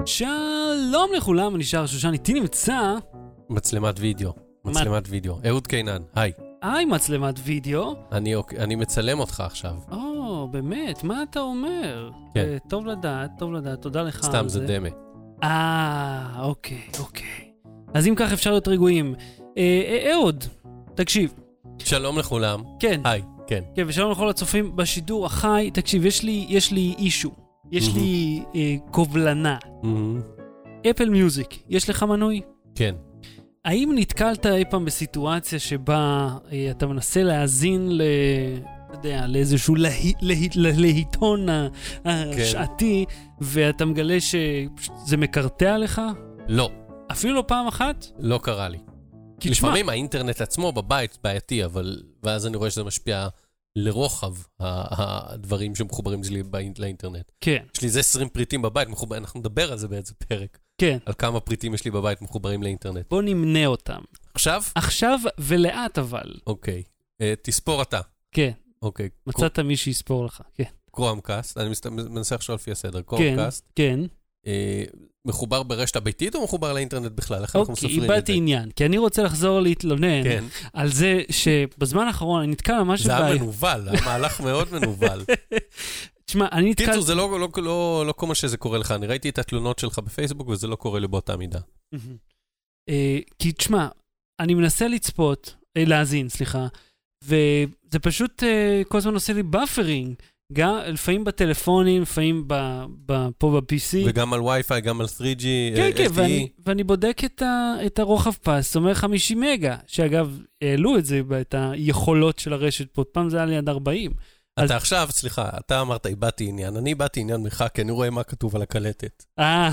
שלום לכולם, אני שר שושן, איתי נמצא מצלמת וידאו, מצלמת וידאו. אהוד קינן, היי. היי מצלמת וידאו. אני מצלם אותך עכשיו. באמת, מה אתה אומר? כן. טוב לדעת, תודה לך. סתם, זה דמה. אוקיי. אז אם כך אפשר להיות רגועים. אהוד, תקשיב. שלום לכולם. כן. היי, כן. כן, ושלום לכל הצופים בשידור החי. תקשיב, יש לי אישו. יש לי קובלנה. אפל מיוזיק, יש לך מנוי? כן. האם נתקלת אי פעם בסיטואציה שבה אתה מנסה להאזין לאיזשהו להיטון השעתי, ואתה מגלה שזה מקרטע לך? לא. אפילו לא פעם אחת? לא קרה לי. לפעמים האינטרנט עצמו בבית בעייתי, אבל ואז אני רואה שזה משפיע לרוחב הדברים שמחוברים שלי לאינטרנט. כן. יש לי איזה 20 פריטים בבית, אנחנו נדבר על זה באיזה פרק. כן. על כמה פריטים יש לי בבית מחוברים לאינטרנט. בוא נמנה אותם. עכשיו? עכשיו ולאט אבל. אוקיי. תספור אתה. כן. אוקיי. מצאת מי שיספור לך, כן. קרומקאסט, אני מנסה עכשיו לפי הסדר. קרומקאסט. כן. מחובר ברשת הביתית או מחובר לאינטרנט בכלל? איך אנחנו מספרים את זה? אוקיי, איבדתי עניין, כי אני רוצה לחזור להתלונן על זה שבזמן האחרון אני נתקל ממש... זה היה מנובל, המהלך מאוד מנובל. תשמע, אני נתקל... קיצור, זה לא כל מה שזה קורה לך. אני ראיתי את התלונות שלך בפייסבוק וזה לא קורה לי באותה מידה. כי תשמע, אני מנסה להאזין, וזה פשוט כל הזמן עושה לי באפרינג. גם לפעמים בטלפונים, לפעמים פה ב-PC. וגם על וי-פיי, גם על 3G, כן, ואני בודק את הרוחב פס, זאת אומרת 50 מגה, שאגב, העלו את זה, את היכולות של הרשת פה, פעם זה היה לי עד 40. אתה עכשיו, סליחה, אתה אמרת, איבדתי עניין, אני איבדתי עניין ממך, כי אני רואה מה כתוב על הקלטת.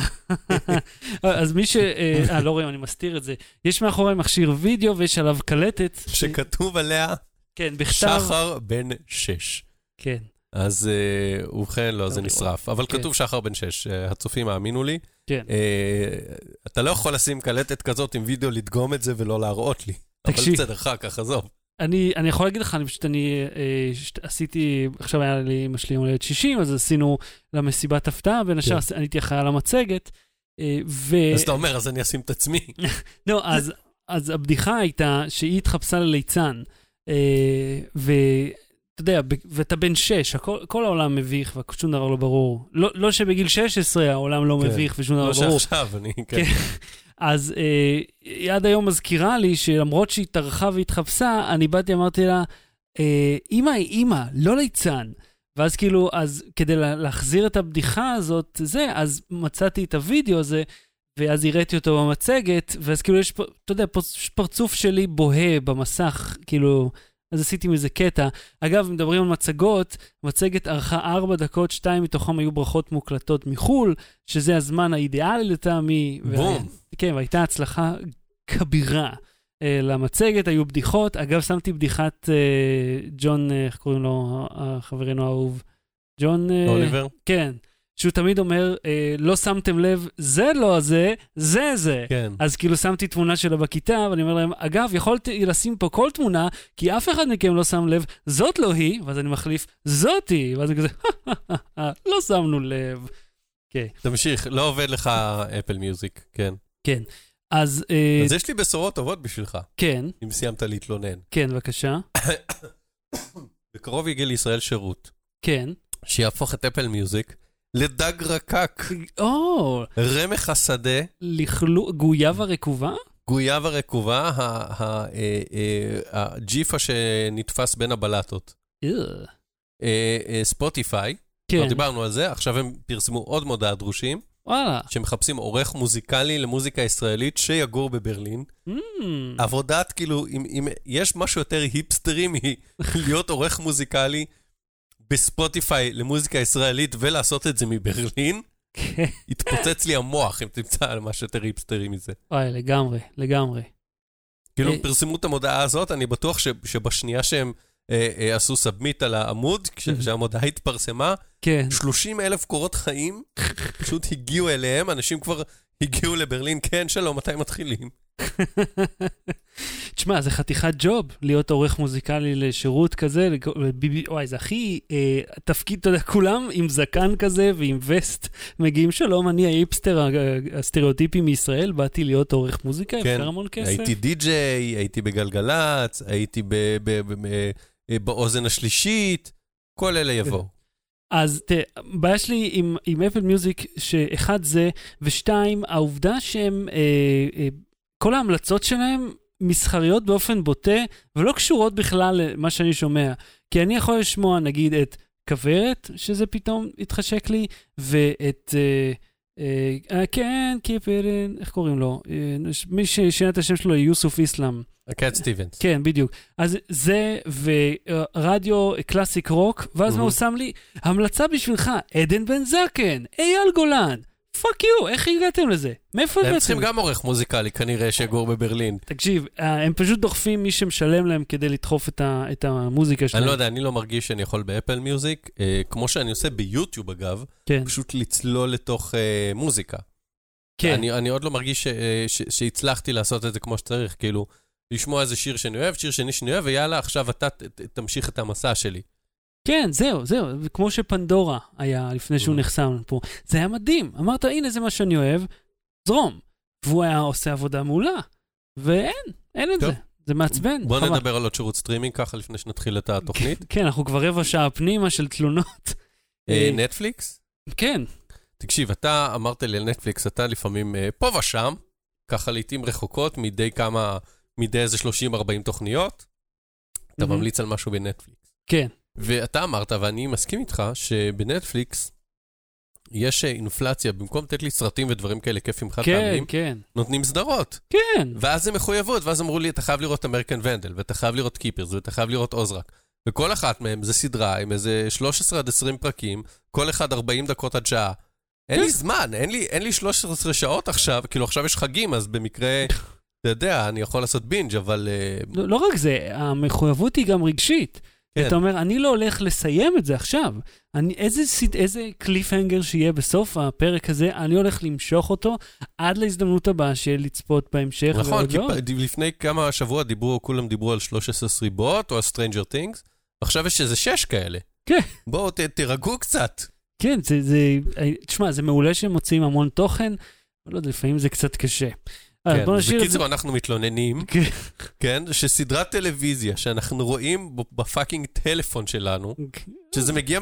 אז לא רואים, אני מסתיר את זה. יש מאחורי מכשיר וידאו, ויש עליו קלטת. שכתוב עליה, שחר בן 6. כן. אז ובכן, לא, זה נשרף. אבל כתוב שחר בן 6, הצופים האמינו לי. כן. אתה לא יכול לשים קלטת כזאת עם וידאו, לדגום את זה ולא להראות לי. אבל בסדר, אחר כך, עזוב. אני יכול להגיד לך, אני עשיתי, עכשיו היה לי אמא שלי הולדת 60, אז עשינו למסיבת הפתעה, בין השאר אני הייתי אחראי על המצגת. אז אתה אומר, אז אני אשים את עצמי. לא, אז הבדיחה הייתה שהיא התחפשה לליצן, אתה יודע, ואתה בן 6, כל העולם מביך, ושום דבר לא ברור. לא שבגיל 16 העולם לא מביך, ושום דבר ברור. לא שעכשיו, כן. אז עד היום מזכירה לי, שלמרות שהיא טרחה והתחפשה, אני באתי, אמרתי לה, אמא, לא ליצן. ואז כאילו, אז כדי להחזיר את הבדיחה הזאת, אז מצאתי את הוידאו הזה, ואז הראיתי אותו במצגת, ואז כאילו יש, אתה יודע, פרצוף שלי בוהה במסך, כאילו... אז עשיתי מזה קטע. אגב, מדברים על מצגות, מצגת ארכה 4 דקות, 2 מתוכם היו ברכות מוקלטות מחול, שזה הזמן האידיאלי לטעמי. בום. כן, והייתה הצלחה כבירה למצגת, היו בדיחות. אגב, שמתי בדיחת ג'ון, איך קוראים לו, חברנו האהוב? ג'ון... אוליבר? כן. שהוא תמיד אומר, לא שמתם לב, זה לא זה, זה זה. כן. אז כאילו שמתי תמונה שלה בכיתה, ואני אומר להם, אגב, יכולתי לשים פה כל תמונה, כי אף אחד מכם לא שם לב, זאת לא היא, ואז אני מחליף, זאת היא, ואז אני כזה, לא שמנו לב. כן. תמשיך, לא עובד לך אפל מיוזיק, כן. כן. אז יש לי בשורות טובות בשבילך. כן. אם סיימת להתלונן. כן, בבקשה. בקרוב יגיע לישראל שירות. כן. שיהפוך את אפל מיוזיק לדג רקק. רמח השדה. גויאבה רקובה? גויאבה רקובה, הג'יפה שנתפס בין הבלטות. ספוטיפיי, לא דיברנו על זה, עכשיו הם פרסמו עוד מודעה דרושים, שמחפשים עורך מוזיקלי למוזיקה ישראלית שיגור בברלין. עבודת, כאילו, אם יש משהו יותר היפסטרי מלהיות עורך מוזיקלי, בספוטיפיי למוזיקה ישראלית ולעשות את זה מברלין, התפוצץ לי המוח אם תמצא על משהו יותר היפסטרי מזה. לגמרי. כאילו פרסמו את המודעה הזאת, אני בטוח שבשנייה שהם עשו סאבמיט על העמוד, כשהמודעה התפרסמה, 30,000 קורות חיים פשוט הגיעו אליהם, אנשים כבר הגיעו לברלין, כן שלום, מתי מתחילים? תשמע, זה חתיכת ג'וב להיות עורך מוזיקלי לשירות כזה, וואי, זה הכי תפקיד, אתה יודע, כולם עם זקן כזה ועם וסט, מגיעים שלום, אני האיפסטר הסטריאוטיפי מישראל, באתי להיות עורך מוזיקה, אפשר המון כסף. הייתי די-ג'יי, הייתי בגלגלץ, הייתי באוזן השלישית, כל אלה יבואו. אז תראה, בעיה שלי עם אפל מיוזיק, שאחד זה, ושתיים, העובדה שהם, כל ההמלצות שלהם מסחריות באופן בוטה, ולא קשורות בכלל למה שאני שומע. כי אני יכול לשמוע, נגיד, את כברת, שזה פתאום התחשק לי, ואת, כן, keep it in, איך קוראים לו? מי ששינה את השם שלו, יוסוף איסלאם. קאט סטיבנס. כן, בדיוק. אז זה ורדיו קלאסיק רוק, ואז מה הוא שם לי? המלצה בשבילך, עדן בן זקן, אייל גולן, פאק יו, איך הגעתם לזה? מאיפה הגעתם? הם צריכים גם עורך מוזיקלי, כנראה שגור בברלין. תקשיב, הם פשוט דוחפים מי שמשלם להם כדי לדחוף את המוזיקה שלהם. אני לא יודע, אני לא מרגיש שאני יכול באפל מיוזיק, כמו שאני עושה ביוטיוב אגב, פשוט לצלול לתוך מוזיקה. אני עוד לא מרגיש שהצלחתי לעשות את זה כמו שצריך, כאילו, לשמוע איזה שיר שאני אוהב, שיר שני שאני אוהב, ויאללה, עכשיו אתה תמשיך את המסע שלי. כן, זהו. כמו שפנדורה היה לפני שהוא נחסם פה. זה היה מדהים. אמרת, הנה זה מה שאני אוהב, זרום. והוא היה עושה עבודה מעולה. ואין את זה. זה מעצבן. בוא נדבר על עוד שירות סטרימינג ככה לפני שנתחיל את התוכנית. כן, אנחנו כבר רבע שעה פנימה של תלונות. נטפליקס? כן. תקשיב, אתה אמרת לי על נטפליקס, אתה לפעמים פה ושם, ככה לעתים רחוקות, מדי איזה 30-40 תוכניות, אתה ממליץ על משהו בנטפליקס. כן. ואתה אמרת, ואני מסכים איתך, שבנטפליקס יש אינפלציה, במקום לתת לי סרטים ודברים כאלה כיפים חד פעמים, נותנים סדרות. כן. ואז זה מחויבות, ואז אמרו לי, אתה חייב לראות אמריקן ונדל, ואתה חייב לראות קיפרס, ואתה חייב לראות עוזרק. וכל אחת מהם זה סדרה עם איזה 13-20 פרקים, כל אחד 40 דקות עד שעה. אין לי זמן, אין לי 13 שעות עכשיו, כאילו עכשיו יש חגים, אז במקרה, אתה יודע, אני יכול לעשות בינג', אבל... לא רק זה, המחויבות היא גם רגשית. אתה אומר, אני לא הולך לסיים את זה עכשיו. איזה קליפהנגר שיהיה בסוף הפרק הזה, אני הולך למשוך אותו עד להזדמנות הבאה של לצפות בהמשך. נכון, כי לפני כמה שבוע כולם דיברו על 13 סריבות או על Stranger Things, עכשיו יש איזה 6 כאלה. כן. בואו תירגעו קצת. כן, תשמע, זה מעולה שהם מוצאים המון תוכן, אבל לא יודע, לפעמים זה קצת קשה. כן, בקיצור אנחנו מתלוננים, כן, שסדרת טלוויזיה שאנחנו רואים בפאקינג טלפון שלנו, שזה מגיע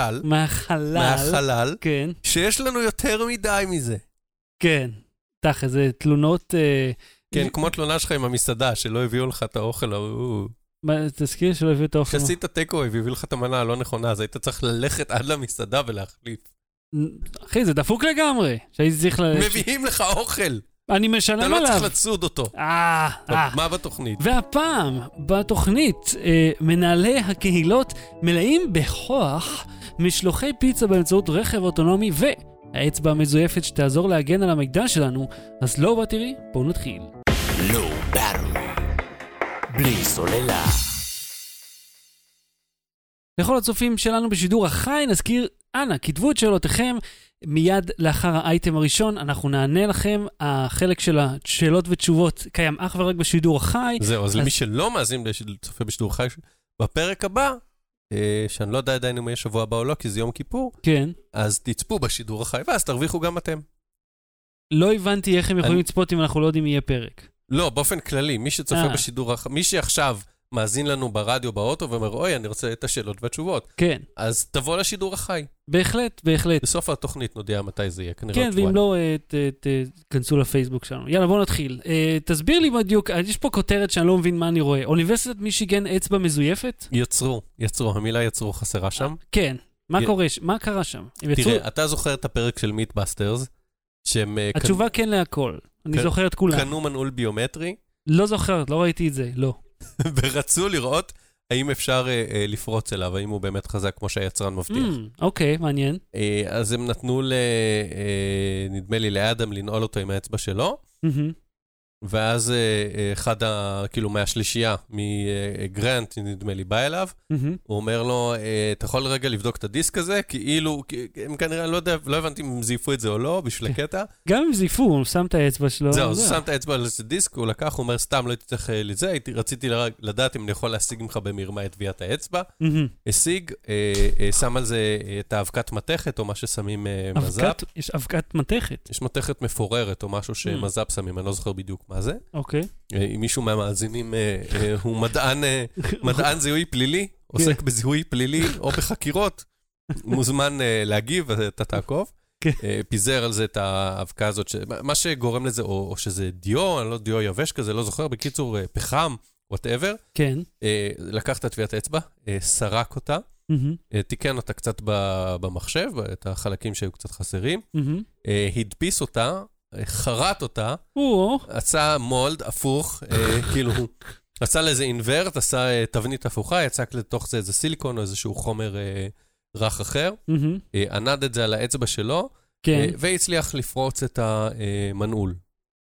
מהחלל, שיש לנו יותר מדי מזה. כן, תח, איזה תלונות... כן, כמו תלונה שלך עם המסעדה, שלא הביאו לך את האוכל, תזכיר שלא הביאו את האוכל. שעשית טקאווי והביאו לך את המנה הלא נכונה, אז היית צריך ללכת עד למסעדה ולהחליף. אחי, זה דפוק לגמרי. מביאים לך אוכל. אני משלם עליו. אתה לא צריך לצוד אותו. מה בתוכנית? והפעם, בתוכנית, מנהלי הקהילות מלאים בכוח משלוחי פיצה באמצעות רכב אוטונומי והאצבע המזויפת שתעזור להגן על המידע שלנו. אז לא בתראי, בואו נתחיל. לא באטרי. בלי סוללה. לכל הצופים שלנו בשידור החי, נזכיר, אנא, כתבו את שאלותיכם, מיד לאחר האייטם הראשון, אנחנו נענה לכם, החלק של השאלות ותשובות קיים אך ורק בשידור החי. זהו, אז למי שלא מאזין צופה בשידור החי, בפרק הבא, שאני לא יודע עדיין אם יהיה שבוע הבא או לא, כי זה יום כיפור, כן. אז תצפו בשידור החי, ואז תרוויחו גם אתם. לא הבנתי איך הם יכולים לצפות אם אנחנו לא יודעים יהיה פרק. לא, באופן כללי, מי שצופה בשידור החי, מי שעכשיו מאזין לנו ברדיו באוטו ואומר, אוי, אני רוצה את השאלות והתשובות. כן. אז תבוא לשידור החי. בהחלט, בהחלט. בסוף התוכנית נודיע מתי זה יהיה, כנראה. כן, ואם לא, תכנסו לפייסבוק שלנו. יאללה, בואו נתחיל. תסביר לי בדיוק, יש פה כותרת שאני לא מבין מה אני רואה. אוניברסיטת מישיגן אצבע מזויפת? יצרו, המילה יצרו חסרה שם. כן, מה קרה שם? תראה, אתה זוכר את הפרק של מיטבאסטרס, שהם... התשובה כן להכל. אני זוכר את כולם. קנו מנעול ביומטרי? לא זוכרת, לא ראיתי את זה, לא. ורצו לראות האם אפשר לפרוץ אליו, האם הוא באמת חזק כמו שהיצרן מבטיח. אוקיי, מעניין. אז הם נתנו נדמה לי לאדם לנעול אותו עם האצבע שלו, ואז אחד, כאילו, מהשלישייה, מגרנט, נדמה לי, בא אליו, הוא אומר לו, אתה יכול רגע לבדוק את הדיסק הזה? כאילו, הם כנראה, לא הבנתי אם זייפו את זה או לא, בשביל הקטע. גם אם זייפו, הוא שם את האצבע שלו. זהו, הוא שם את האצבע על איזה דיסק, הוא לקח, הוא אומר, סתם, לא הייתי צריך לזה, רציתי לדעת אם אני יכול להשיג ממך במרמה את טביעת האצבע. השיג, שם על זה את האבקת מתכת, או מה ששמים מז"פ. יש אבקת מתכת? יש מתכת מפוררת, או משהו שמז"פ שמים, אני לא זוכר בדיוק מה זה. אוקיי. אם מישהו מהמאזינים הוא מדען זיהוי פלילי, עוסק בזיהוי פלילי או בחקירות, מוזמן להגיב, אתה תעקוב. פיזר על זה את האבקה הזאת, מה שגורם לזה, או שזה דיו, לא דיו יבש כזה, לא זוכר, בקיצור, פחם, whatever. כן. לקח את טביעת האצבע, סרק אותה, תיקן אותה קצת במחשב, את החלקים שהיו קצת חסרים, הדפיס אותה, חרט אותה, עשה מולד הפוך, כאילו, עשה לזה אינברט, עשה תבנית הפוכה, יצק לתוך זה איזה סיליקון או איזשהו חומר רך אחר, ענד את זה על האצבע שלו, והצליח לפרוץ את המנעול.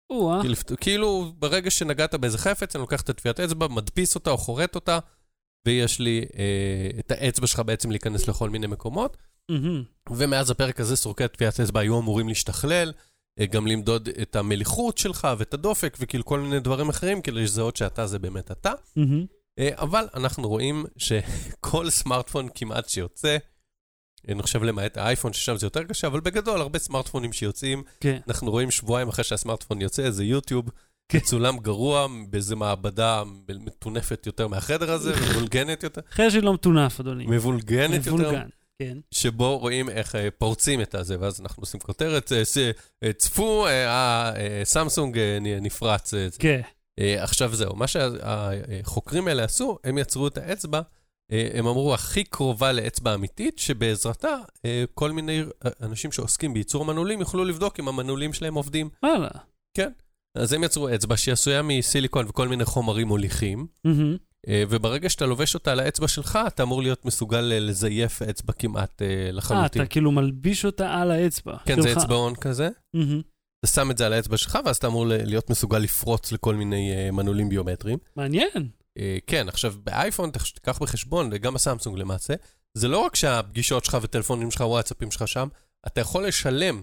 כאילו, ברגע שנגעת באיזה חפץ, אני לוקח את טביעת האצבע, מדפיס אותה או חורט אותה, ויש לי את האצבע שלך בעצם להיכנס לכל מיני מקומות, ומאז הפרק הזה סורקי טביעת האצבע היו אמורים להשתכלל, גם למדוד את המליחות שלך ואת הדופק, וכאילו כל מיני דברים אחרים, כדי לזהות שאתה זה באמת אתה. אבל אנחנו רואים שכל סמארטפון כמעט שיוצא, אני חושב למעט האייפון ששם זה יותר קשה, אבל בגדול הרבה סמארטפונים שיוצאים, אנחנו רואים שבועיים אחרי שהסמארטפון יוצא, איזה יוטיוב, צולם גרוע, באיזה מעבדה מטונפת יותר מהחדר הזה, מבולגנת יותר. חדר שלא מטונף, אדוני. מבולגנת יותר. כן. שבו רואים איך פורצים את הזה, ואז אנחנו עושים כותרת, צפו, סמסונג נפרץ. כן. עכשיו זהו, מה שהחוקרים האלה עשו, הם יצרו את האצבע, הם אמרו הכי קרובה לאצבע אמיתית, שבעזרתה כל מיני אנשים שעוסקים בייצור מנעולים יוכלו לבדוק אם המנעולים שלהם עובדים. וואלה. כן. אז הם יצרו אצבע שהיא עשויה מסיליקון וכל מיני חומרים מוליכים, וברגע שאתה לובש אותה על האצבע שלך, אתה אמור להיות מסוגל לזייף אצבע כמעט לחלוטין. אתה כאילו מלביש אותה על האצבע. כן, זה אצבעון כזה. אתה שם את זה על האצבע שלך, ואז אתה אמור להיות מסוגל לפרוץ לכל מיני מנעולים ביומטריים. מעניין. כן, עכשיו באייפון, תקח בחשבון, וגם בסמסונג למעשה, זה לא רק שהפגישות שלך וטלפונים שלך, וואטסאפים שלך שם, אתה יכול לשלם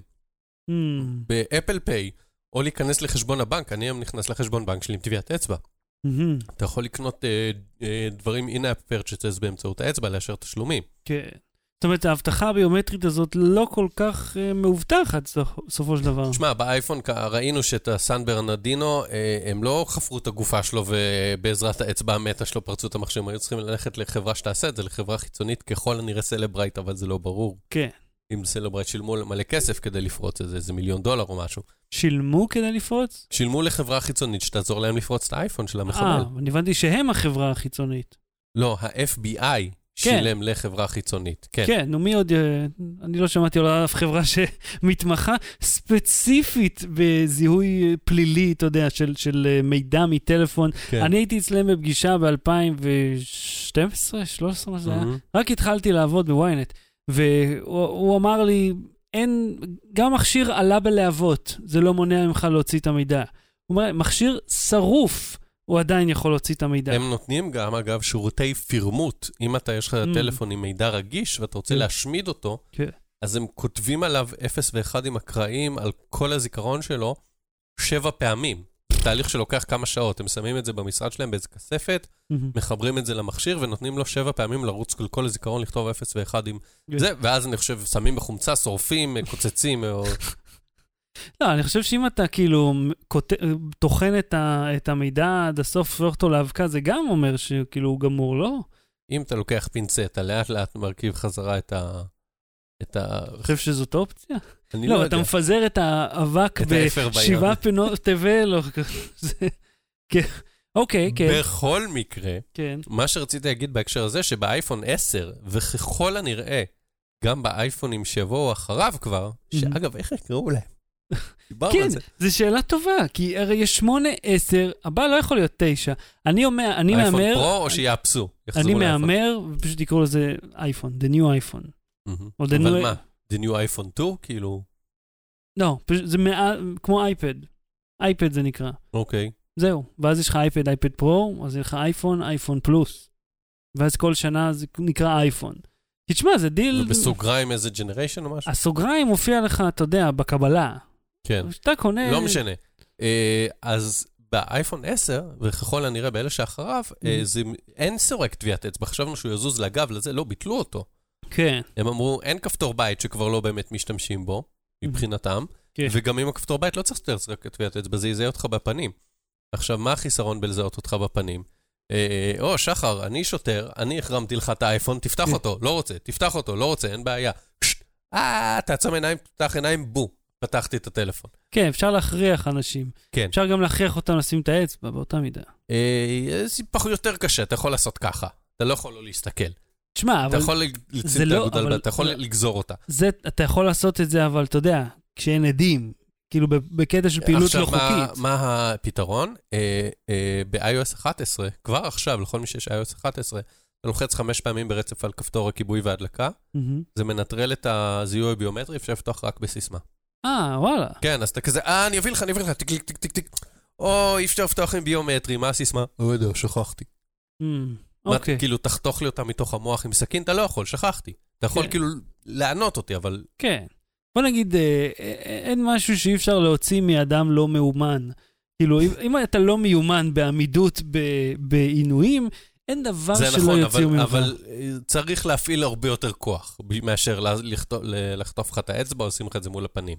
באפל פיי, או להיכנס לחשבון הבנק. אני היום נכנס לחשבון בנק שלי עם טביעת אצבע. אתה יכול לקנות דברים in-app purchases באמצעות האצבע, לאשר תשלומים. כן. זאת אומרת, ההבטחה הביומטרית הזאת לא כל כך מאובטחת סופו של דבר. תשמע, באייפון ראינו שאת הסן ברנרדינו, הם לא חפרו את הגופה שלו ובעזרת האצבע המתה שלו פרצו את המחשבים. היו צריכים ללכת לחברה שתעשה את זה, לחברה חיצונית, ככל הנראה סלברייט, אבל זה לא ברור. כן. אם סלברייט שילמו מלא כסף כדי לפרוץ את זה, איזה $1,000,000 או משהו. שילמו כדי לפרוץ? שילמו לחברה חיצונית שתעזור להם לפרוץ את האייפון של המחבל. אני הבנתי שהם החברה החיצונית. לא, ה-FBI שילם לחברה חיצונית. כן, נו מי עוד, אני לא שמעתי על אף חברה שמתמחה ספציפית בזיהוי פלילי, אתה יודע, של מידע מטלפון. אני הייתי אצלם בפגישה ב-2012, 2013, מה זה היה? רק התחלתי לעבוד בוויינט. והוא אמר לי, גם מכשיר עלה בלהבות, זה לא מונע ממך להוציא את המידע. הוא אומר, מכשיר שרוף, הוא עדיין יכול להוציא את המידע. הם נותנים גם, אגב, שירותי פירמות. אם אתה, יש לך טלפון עם מידע רגיש, ואתה רוצה להשמיד אותו, אז הם כותבים עליו 0 ו-1 עם הקראים על כל הזיכרון שלו 7 פעמים. תהליך שלוקח כמה שעות. הם שמים את זה במשרד שלהם באיזה כספת, מחברים את זה למכשיר, ונותנים לו 7 פעמים לרוץ כל הזיכרון, לכתוב 0 ו-1 עם זה, ואז אני חושב, שמים בחומצה, שורפים, קוצצים, או... לא, אני חושב שאם אתה כאילו תוכן את המידע עד הסוף ואותו להאבקה, זה גם אומר שכאילו הוא גמור, לא? אם אתה לוקח פינצטה, לאט לאט מרכיב חזרה את ה... אני חושב שזאת אופציה? לא, אתה מפזר את האבק ב7 פינות תבל, אוקיי, כן. בכל מקרה, מה שרציתי להגיד בהקשר הזה, שבאייפון 10, וככל הנראה, גם באייפונים שיבואו אחריו כבר, שאגב, איך יקראו להם? כן, זו שאלה טובה, כי הרי יש 8, 10, הבא לא יכול להיות 9. אני מהמר... אייפון פרו או שיאפסו? אני מהמר, ופשוט יקראו לזה אייפון, the new iPhone. אבל מה? The new iPhone 2? כאילו... לא, זה כמו אייפד. אייפד זה נקרא. אוקיי. זהו, ואז יש לך אייפד, אייפד פרו, אז יש לך אייפון, אייפון פלוס. ואז כל שנה זה נקרא אייפון. כי תשמע, זה דיל... ובסוגריים איזה ג'נריישן או משהו? הסוגריים מופיע לך, אתה יודע, בקבלה. כן. שאתה קונה... לא משנה. אז באייפון 10, וככל הנראה באלה שאחריו, אין סורק טביעת אצבע. חשבנו שהוא יזוז לגב לזה, לא, ביטלו אותו. כן. הם אמרו, אין כפתור בית שכבר לא באמת משתמשים בו, מבחינתם, וגם אם הכפתור בית לא צריך לזרוק טביעת אצבע, זה יזהה אותך בפנים. עכשיו, מה החיסרון בלזהות אותך בפנים? שחר, אני שוטר, אני החרמתי לך את האייפון, תפתח אותו, לא רוצה, תפתח אותו, לא רוצה, אין בעיה. תעצם עיניים, פתח עיניים, בו, פתחתי את הטלפון. כן, אפשר להכריח אנשים. כן. אפשר גם להכריח אותם לשים את האצבע באותה מידה. זה פחות יותר קשה, אתה יכול לעשות ככה. אתה לא יכול לא להסתכל. תשמע, אתה יכול לצים את האגודל, אתה יכול לגזור אותה. אתה יכול לעשות את זה, אבל אתה יודע, כשאין עדים, כאילו בקטע של פעילות לא חוקית. עכשיו, מה הפתרון? ב-iOS 11, כבר עכשיו, לכל מי שיש iOS 11, אתה לוחץ 5 פעמים ברצף על כפתור הכיבוי והדלקה, זה מנטרל את הזיהוי הביומטרי, אפשר לפתוח רק בסיסמה. וואלה. כן, אז אתה כזה, אני אביא לך, טיק, טיק, טיק, טיק, טיק. אי אפשר לפתוח עם ביומטרי, מה הסיסמה? לא יודע, שכחתי. אוקיי. כאילו, תחתוך לי אותה מתוך המוח עם סכין, אתה לא יכול, שכחתי. אתה יכול כאילו לענות אותי, אבל... כן. בוא נגיד, אין משהו שאי אפשר להוציא מאדם לא מאומן. כאילו, אם אתה לא מיומן בעמידות בעינויים, אין דבר שלא יוציאו ממך. אבל צריך להפעיל הרבה יותר כוח, מאשר לחטוף לך את האצבע, עושים לך את זה מול הפנים.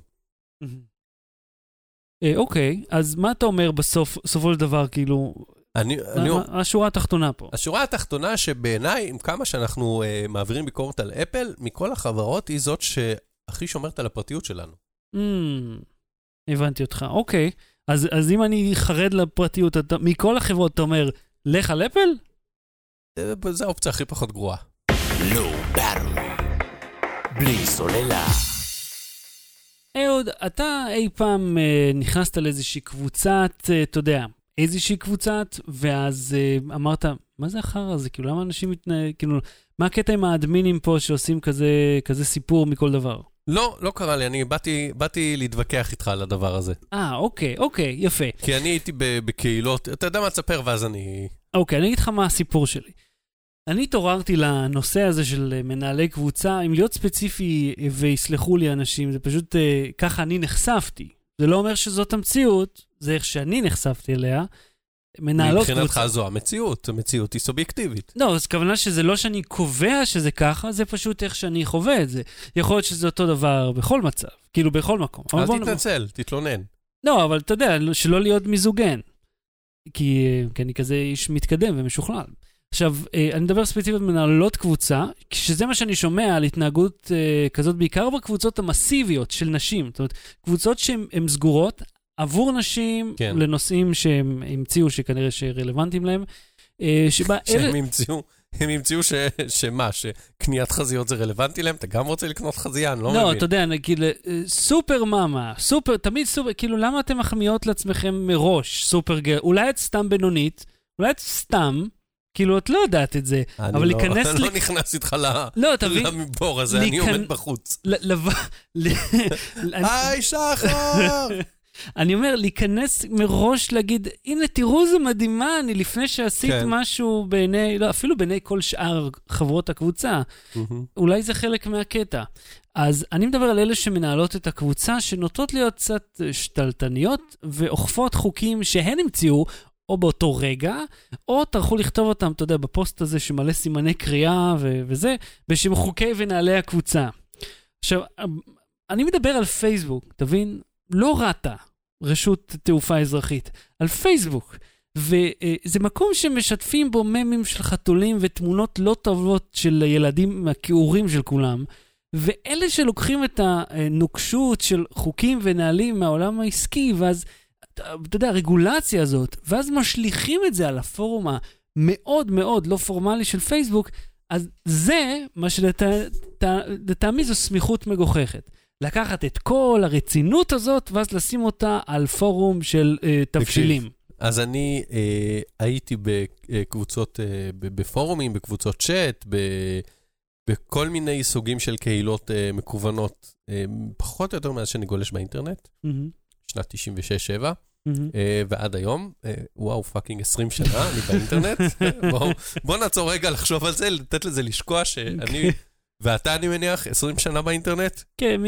אוקיי, אז מה אתה אומר בסופו של דבר, כאילו... השורה התחתונה פה. השורה התחתונה שבעיניי, עם כמה שאנחנו מעבירים ביקורת על אפל, מכל החברות היא זאת שהכי שומרת על הפרטיות שלנו. הבנתי אותך, אוקיי. אז אם אני חרד לפרטיות, מכל החברות אתה אומר, לך על אפל? זו האופציה הכי פחות גרועה. לא ברור. בלי סוללה. אהוד, אתה אי פעם נכנסת לאיזושהי קבוצת, אתה יודע, איזושהי קבוצת, ואז אמרת, מה זה אחר הזה? כאילו, למה אנשים כאילו, מה הקטע עם האדמינים פה שעושים כזה סיפור מכל דבר? לא קרה לי, אני באתי להתווכח איתך על הדבר הזה. אוקיי, יפה. כי אני הייתי בקהילות, אתה יודע מה תספר, ואז אני... אוקיי, אני אגיד לך מה הסיפור שלי. אני התעוררתי לנושא הזה של מנהלי קבוצה, אם להיות ספציפי ויסלחו לי אנשים, זה פשוט ככה אני נחשפתי. זה לא אומר שזאת המציאות, זה איך שאני נחשפתי אליה. מנהלות קבוצה. מבחינתך זו המציאות היא סובייקטיבית. לא, אז כוונה שזה לא שאני קובע שזה ככה, זה פשוט איך שאני חווה את זה. יכול להיות שזה אותו דבר בכל מצב, כאילו בכל מקום. אל תתנצל, תתלונן. לא, אבל אתה יודע, שלא להיות מיזוגן. כי אני כזה איש מתקדם ומשוכלל. עכשיו, אני מדבר ספציפית מנהלות קבוצה, שזה מה שאני שומע על התנהגות כזאת, בעיקר בקבוצות המסיביות של נשים. זאת אומרת, קבוצות שהן סגורות עבור נשים, כן. לנושאים שהם המציאו, שכנראה שרלוונטיים להם. הם המציאו שמה, שקניית חזיות זה רלוונטי להם? אתה גם רוצה לקנות חזייה? אני לא מבין. לא, אתה יודע, נגיד, סופר מאמה, תמיד סופר, כאילו, למה אתם מחמיאות לעצמכם מראש, סופר גר? אולי את סתם בינונית, אולי את סתם, כאילו, את לא יודעת את זה, אבל להיכנס... אני לא נכנס איתך לבור הזה, אני עומד בחוץ. היי, שחר! אני אומר, להיכנס מראש, להגיד, הנה, תראו, זה מדהימה, אני לפני שעשית משהו בעיני, לא, אפילו בעיני כל שאר חברות הקבוצה, אולי זה חלק מהקטע. אז אני מדבר על אלה שמנהלות את הקבוצה, שנוטות להיות קצת שתלטניות, ואוכפות חוקים שהן המציאו, או באותו רגע, או תרחו לכתוב אותם, אתה יודע, בפוסט הזה שמלא סימני קריאה וזה, בשם חוקי ונעלי הקבוצה. עכשיו, אני מדבר על פייסבוק, תבין? לא רטה, רשות תעופה אזרחית, על פייסבוק. וזה מקום שמשתפים בו ממים של חתולים ותמונות לא טובות של ילדים מהכיעורים של כולם, ואלה שלוקחים את הנוקשות של חוקים ונהלים מהעולם העסקי, ואז, אתה יודע, הרגולציה הזאת, ואז משליכים את זה על הפורום המאוד מאוד לא פורמלי של פייסבוק, אז זה מה שלטעמי זו סמיכות מגוחכת. לקחת את כל הרצינות הזאת, ואז לשים אותה על פורום של תבשילים. אז אני הייתי בקבוצות, בפורומים, בקבוצות צ'אט, בכל מיני סוגים של קהילות מקוונות, פחות או יותר מאז שאני גולש באינטרנט, שנת 96-7. ועד היום, וואו, פאקינג 20 שנה, אני באינטרנט, בוא נעצור רגע לחשוב על זה, לתת לזה לשקוע שאני, ואתה אני מניח, 20 שנה באינטרנט? כן,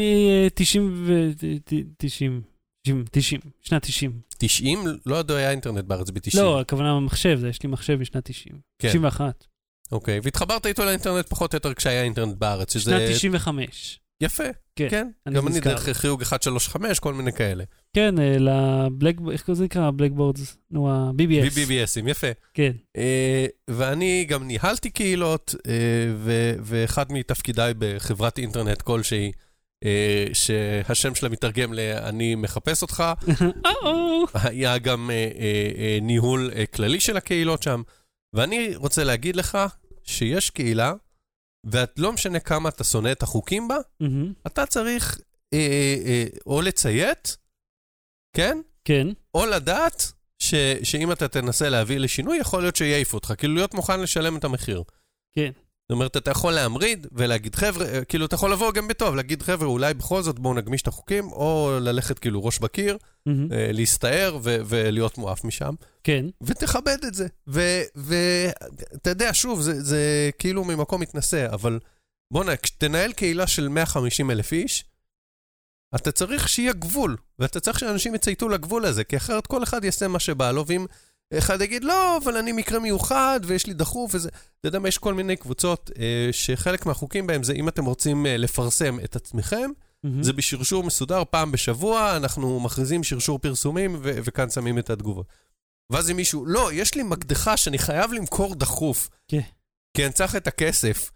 שנת 90. 90? לא יודע, היה אינטרנט בארץ ב-90. לא, הכוונה במחשב, יש לי מחשב בשנת 90. 91. אוקיי, והתחברת איתו לאינטרנט פחות או יותר כשהיה אינטרנט בארץ, שזה... שנת 95. יפה, כן. גם אני דרך חיוג 135, כל מיני כאלה. כן, איך זה נקרא? הבלקבורדס, נו, ה-BBS. BBSים, יפה. כן. ואני גם ניהלתי קהילות, ואחד מתפקידיי בחברת אינטרנט כלשהי, שהשם שלה מתרגם אני מחפש אותך, היה גם ניהול כללי של הקהילות שם, ואני רוצה להגיד לך שיש קהילה, ואת לא משנה כמה אתה שונא את החוקים בה, אתה צריך או לציית, כן? כן. או לדעת שאם אתה תנסה להביא לשינוי, יכול להיות שיעיף אותך, כאילו להיות מוכן לשלם את המחיר. כן. זאת אומרת, אתה יכול להמריד ולהגיד חבר'ה, כאילו אתה יכול לבוא גם בטוב, להגיד חבר'ה, אולי בכל זאת בואו נגמיש את החוקים, או ללכת כאילו ראש בקיר, להסתער ולהיות מואף משם. כן. ותכבד את זה. ואתה יודע, שוב, זה כאילו ממקום מתנסה, אבל בוא תנהל קהילה של 150,000 איש, אתה צריך שיהיה גבול, ואתה צריך שאנשים יצייתו לגבול הזה, כי אחרת כל אחד יעשה מה שבא לו, ואם אחד יגיד, לא, אבל אני מקרה מיוחד, ויש לי דחוף, וזה... אתה יודע מה, יש כל מיני קבוצות שחלק מהחוקים בהם זה, אם אתם רוצים לפרסם את עצמכם, זה בשרשור מסודר, פעם בשבוע, אנחנו מכריזים שרשור פרסומים, וכאן שמים את התגובות. ואז אם מישהו, לא, יש לי מקדחה שאני חייב למכור דחוף, כי אני צריך את הכסף,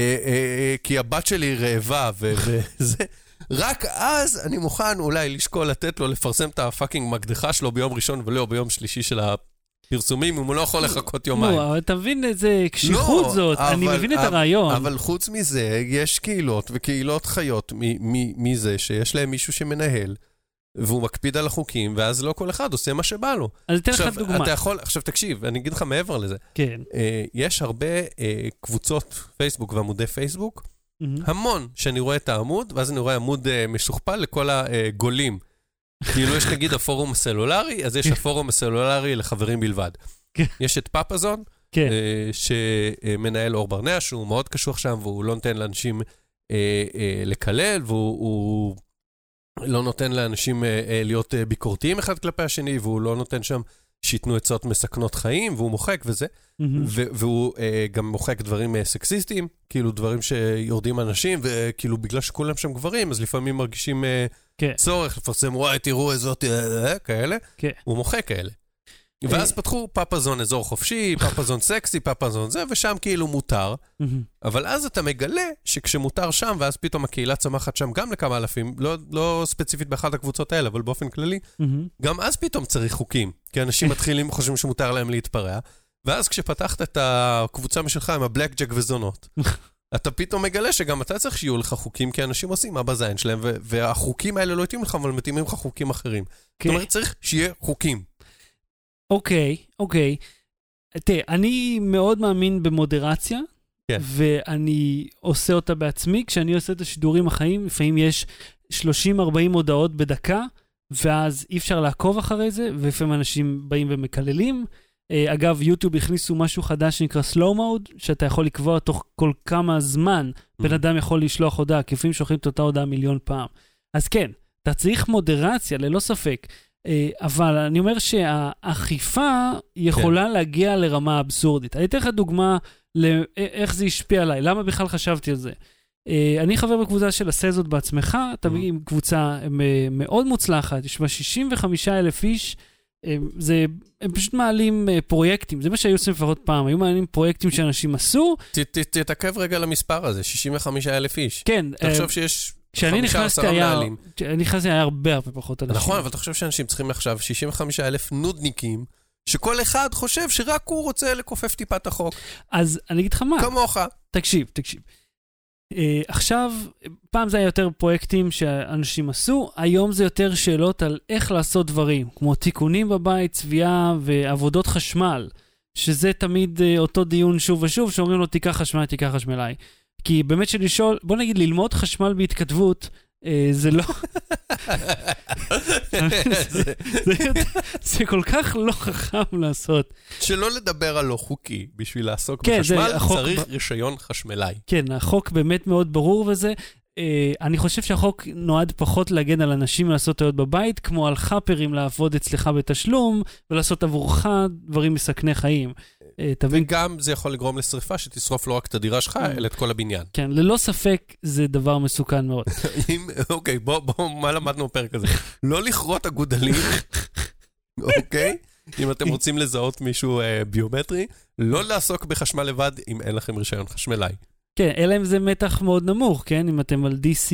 כי הבת שלי רעבה, וזה... רק אז אני מוכן אולי לשקול לתת לו לפרסם את הפאקינג מקדחה שלו ביום ראשון ולא ביום שלישי של הפרסומים, אם הוא לא יכול לחכות יומיים. לא, אבל אתה מבין איזה קשיחות זאת, אני מבין את הרעיון. אבל חוץ מזה, יש קהילות וקהילות חיות מזה שיש להם מישהו שמנהל, והוא מקפיד על החוקים, ואז לא כל אחד עושה מה שבא לו. אז אתן לך דוגמה. עכשיו תקשיב, אני אגיד לך מעבר לזה. כן. יש הרבה קבוצות פייסבוק ועמודי פייסבוק, המון שאני רואה את העמוד, ואז אני רואה עמוד משוכפל לכל הגולים. כאילו יש נגיד הפורום הסלולרי, אז יש הפורום הסלולרי לחברים בלבד. יש את פאפזון, שמנהל אור ברנע, שהוא מאוד קשוח שם, והוא לא נותן לאנשים לקלל, והוא לא נותן לאנשים להיות ביקורתיים אחד כלפי השני, והוא לא נותן שם שיתנו עצות מסכנות חיים, והוא מוחק וזה, והוא גם מוחק דברים סקסיסטיים, כאילו דברים שיורדים אנשים, וכאילו בגלל שכולם שם גברים, אז לפעמים מרגישים צורך לפרסם, וואי, תראו איזות, כאלה, הוא מוחק כאלה. ואז פתחו פאפזון אזור חופשי, פאפזון סקסי, פאפזון זה, ושם כאילו מותר, אבל אז אתה מגלה שכשמותר שם, ואז פתאום הקהילה צמחת שם גם לכמה אלפים, לא ספציפית באחת הקבוצות האלה, אבל באופן כללי, גם אז פתאום צריך חוקים, כי אנשים מתחילים, חושבים שמותר להם להתפרע, ואז כשפתחת את הקבוצה משלך עם הבלק ג'ק וזונות, אתה פתאום מגלה שגם אתה צריך שיהיו לך חוקים, כי אנשים עושים מה בזין שלהם, והחוקים האלה לא מתאימים לך, אבל מתאימים לך חוקים אחרים. זאת אומרת, צריך שיהיה חוקים. אוקיי. תראה, אני מאוד מאמין במודרציה, ואני עושה אותה בעצמי. כשאני עושה את השידורים החיים, לפעמים יש 30-40 הודעות בדקה, ואז אי אפשר לעקוב אחרי זה, ולפעמים אנשים באים ומקללים. אגב, יוטיוב הכניסו משהו חדש שנקרא slow mode, שאתה יכול לקבוע תוך כל כמה זמן, בן אדם יכול לשלוח הודעה, כפים שולחים את אותה הודעה מיליון פעם. אז כן, אתה צריך מודרציה, ללא ספק. אבל אני אומר שהאכיפה יכולה להגיע לרמה אבסורדית. אני אתן לך דוגמה לאיך זה השפיע עליי, למה בכלל חשבתי על זה. אני חבר בקבוצה של עשה זאת בעצמך, תמיד עם קבוצה מאוד מוצלחת, יש בה 65,000 איש, הם פשוט מעלים פרויקטים, זה מה שהיו עושים לפחות פעם, היו מעלים פרויקטים שאנשים עשו. תתעכב רגע למספר הזה, 65,000 איש. כן. תחשוב שיש... כשאני נכנסתי היה הרבה פחות אנשים. נכון, אבל אתה חושב שאנשים צריכים עכשיו 65,000 נודניקים, שכל אחד חושב שרק הוא רוצה לקופף טיפת החוק. אז אני אגיד לך מה. כמוך. תקשיב. עכשיו, פעם זה היה יותר פרויקטים שאנשים עשו, היום זה יותר שאלות על איך לעשות דברים, כמו תיקונים בבית, צביעה ועבודות חשמל, שזה תמיד אותו דיון שוב ושוב, שאומרים לו תיקח חשמלאי. כי באמת שלשאול, בוא נגיד, ללמוד חשמל בהתכתבות, זה לא... זה כל כך לא חכם לעשות. שלא לדבר על לא חוקי, בשביל לעסוק בחשמל צריך רישיון חשמלאי. כן, החוק באמת מאוד ברור וזה. אני חושב שהחוק נועד פחות להגן על אנשים לעשות טעויות בבית, כמו על חאפרים לעבוד אצלך בתשלום, ולעשות עבורך דברים מסכני חיים. וגם זה יכול לגרום לשריפה שתשרוף לא רק את הדירה שלך, אלא את כל הבניין. כן, ללא ספק זה דבר מסוכן מאוד. אוקיי, בואו, מה למדנו בפרק הזה? לא לכרות אגודלים, אוקיי? אם אתם רוצים לזהות מישהו ביומטרי, לא לעסוק בחשמל לבד אם אין לכם רישיון חשמלאי. כן, אלא אם זה מתח מאוד נמוך, כן? אם אתם על DC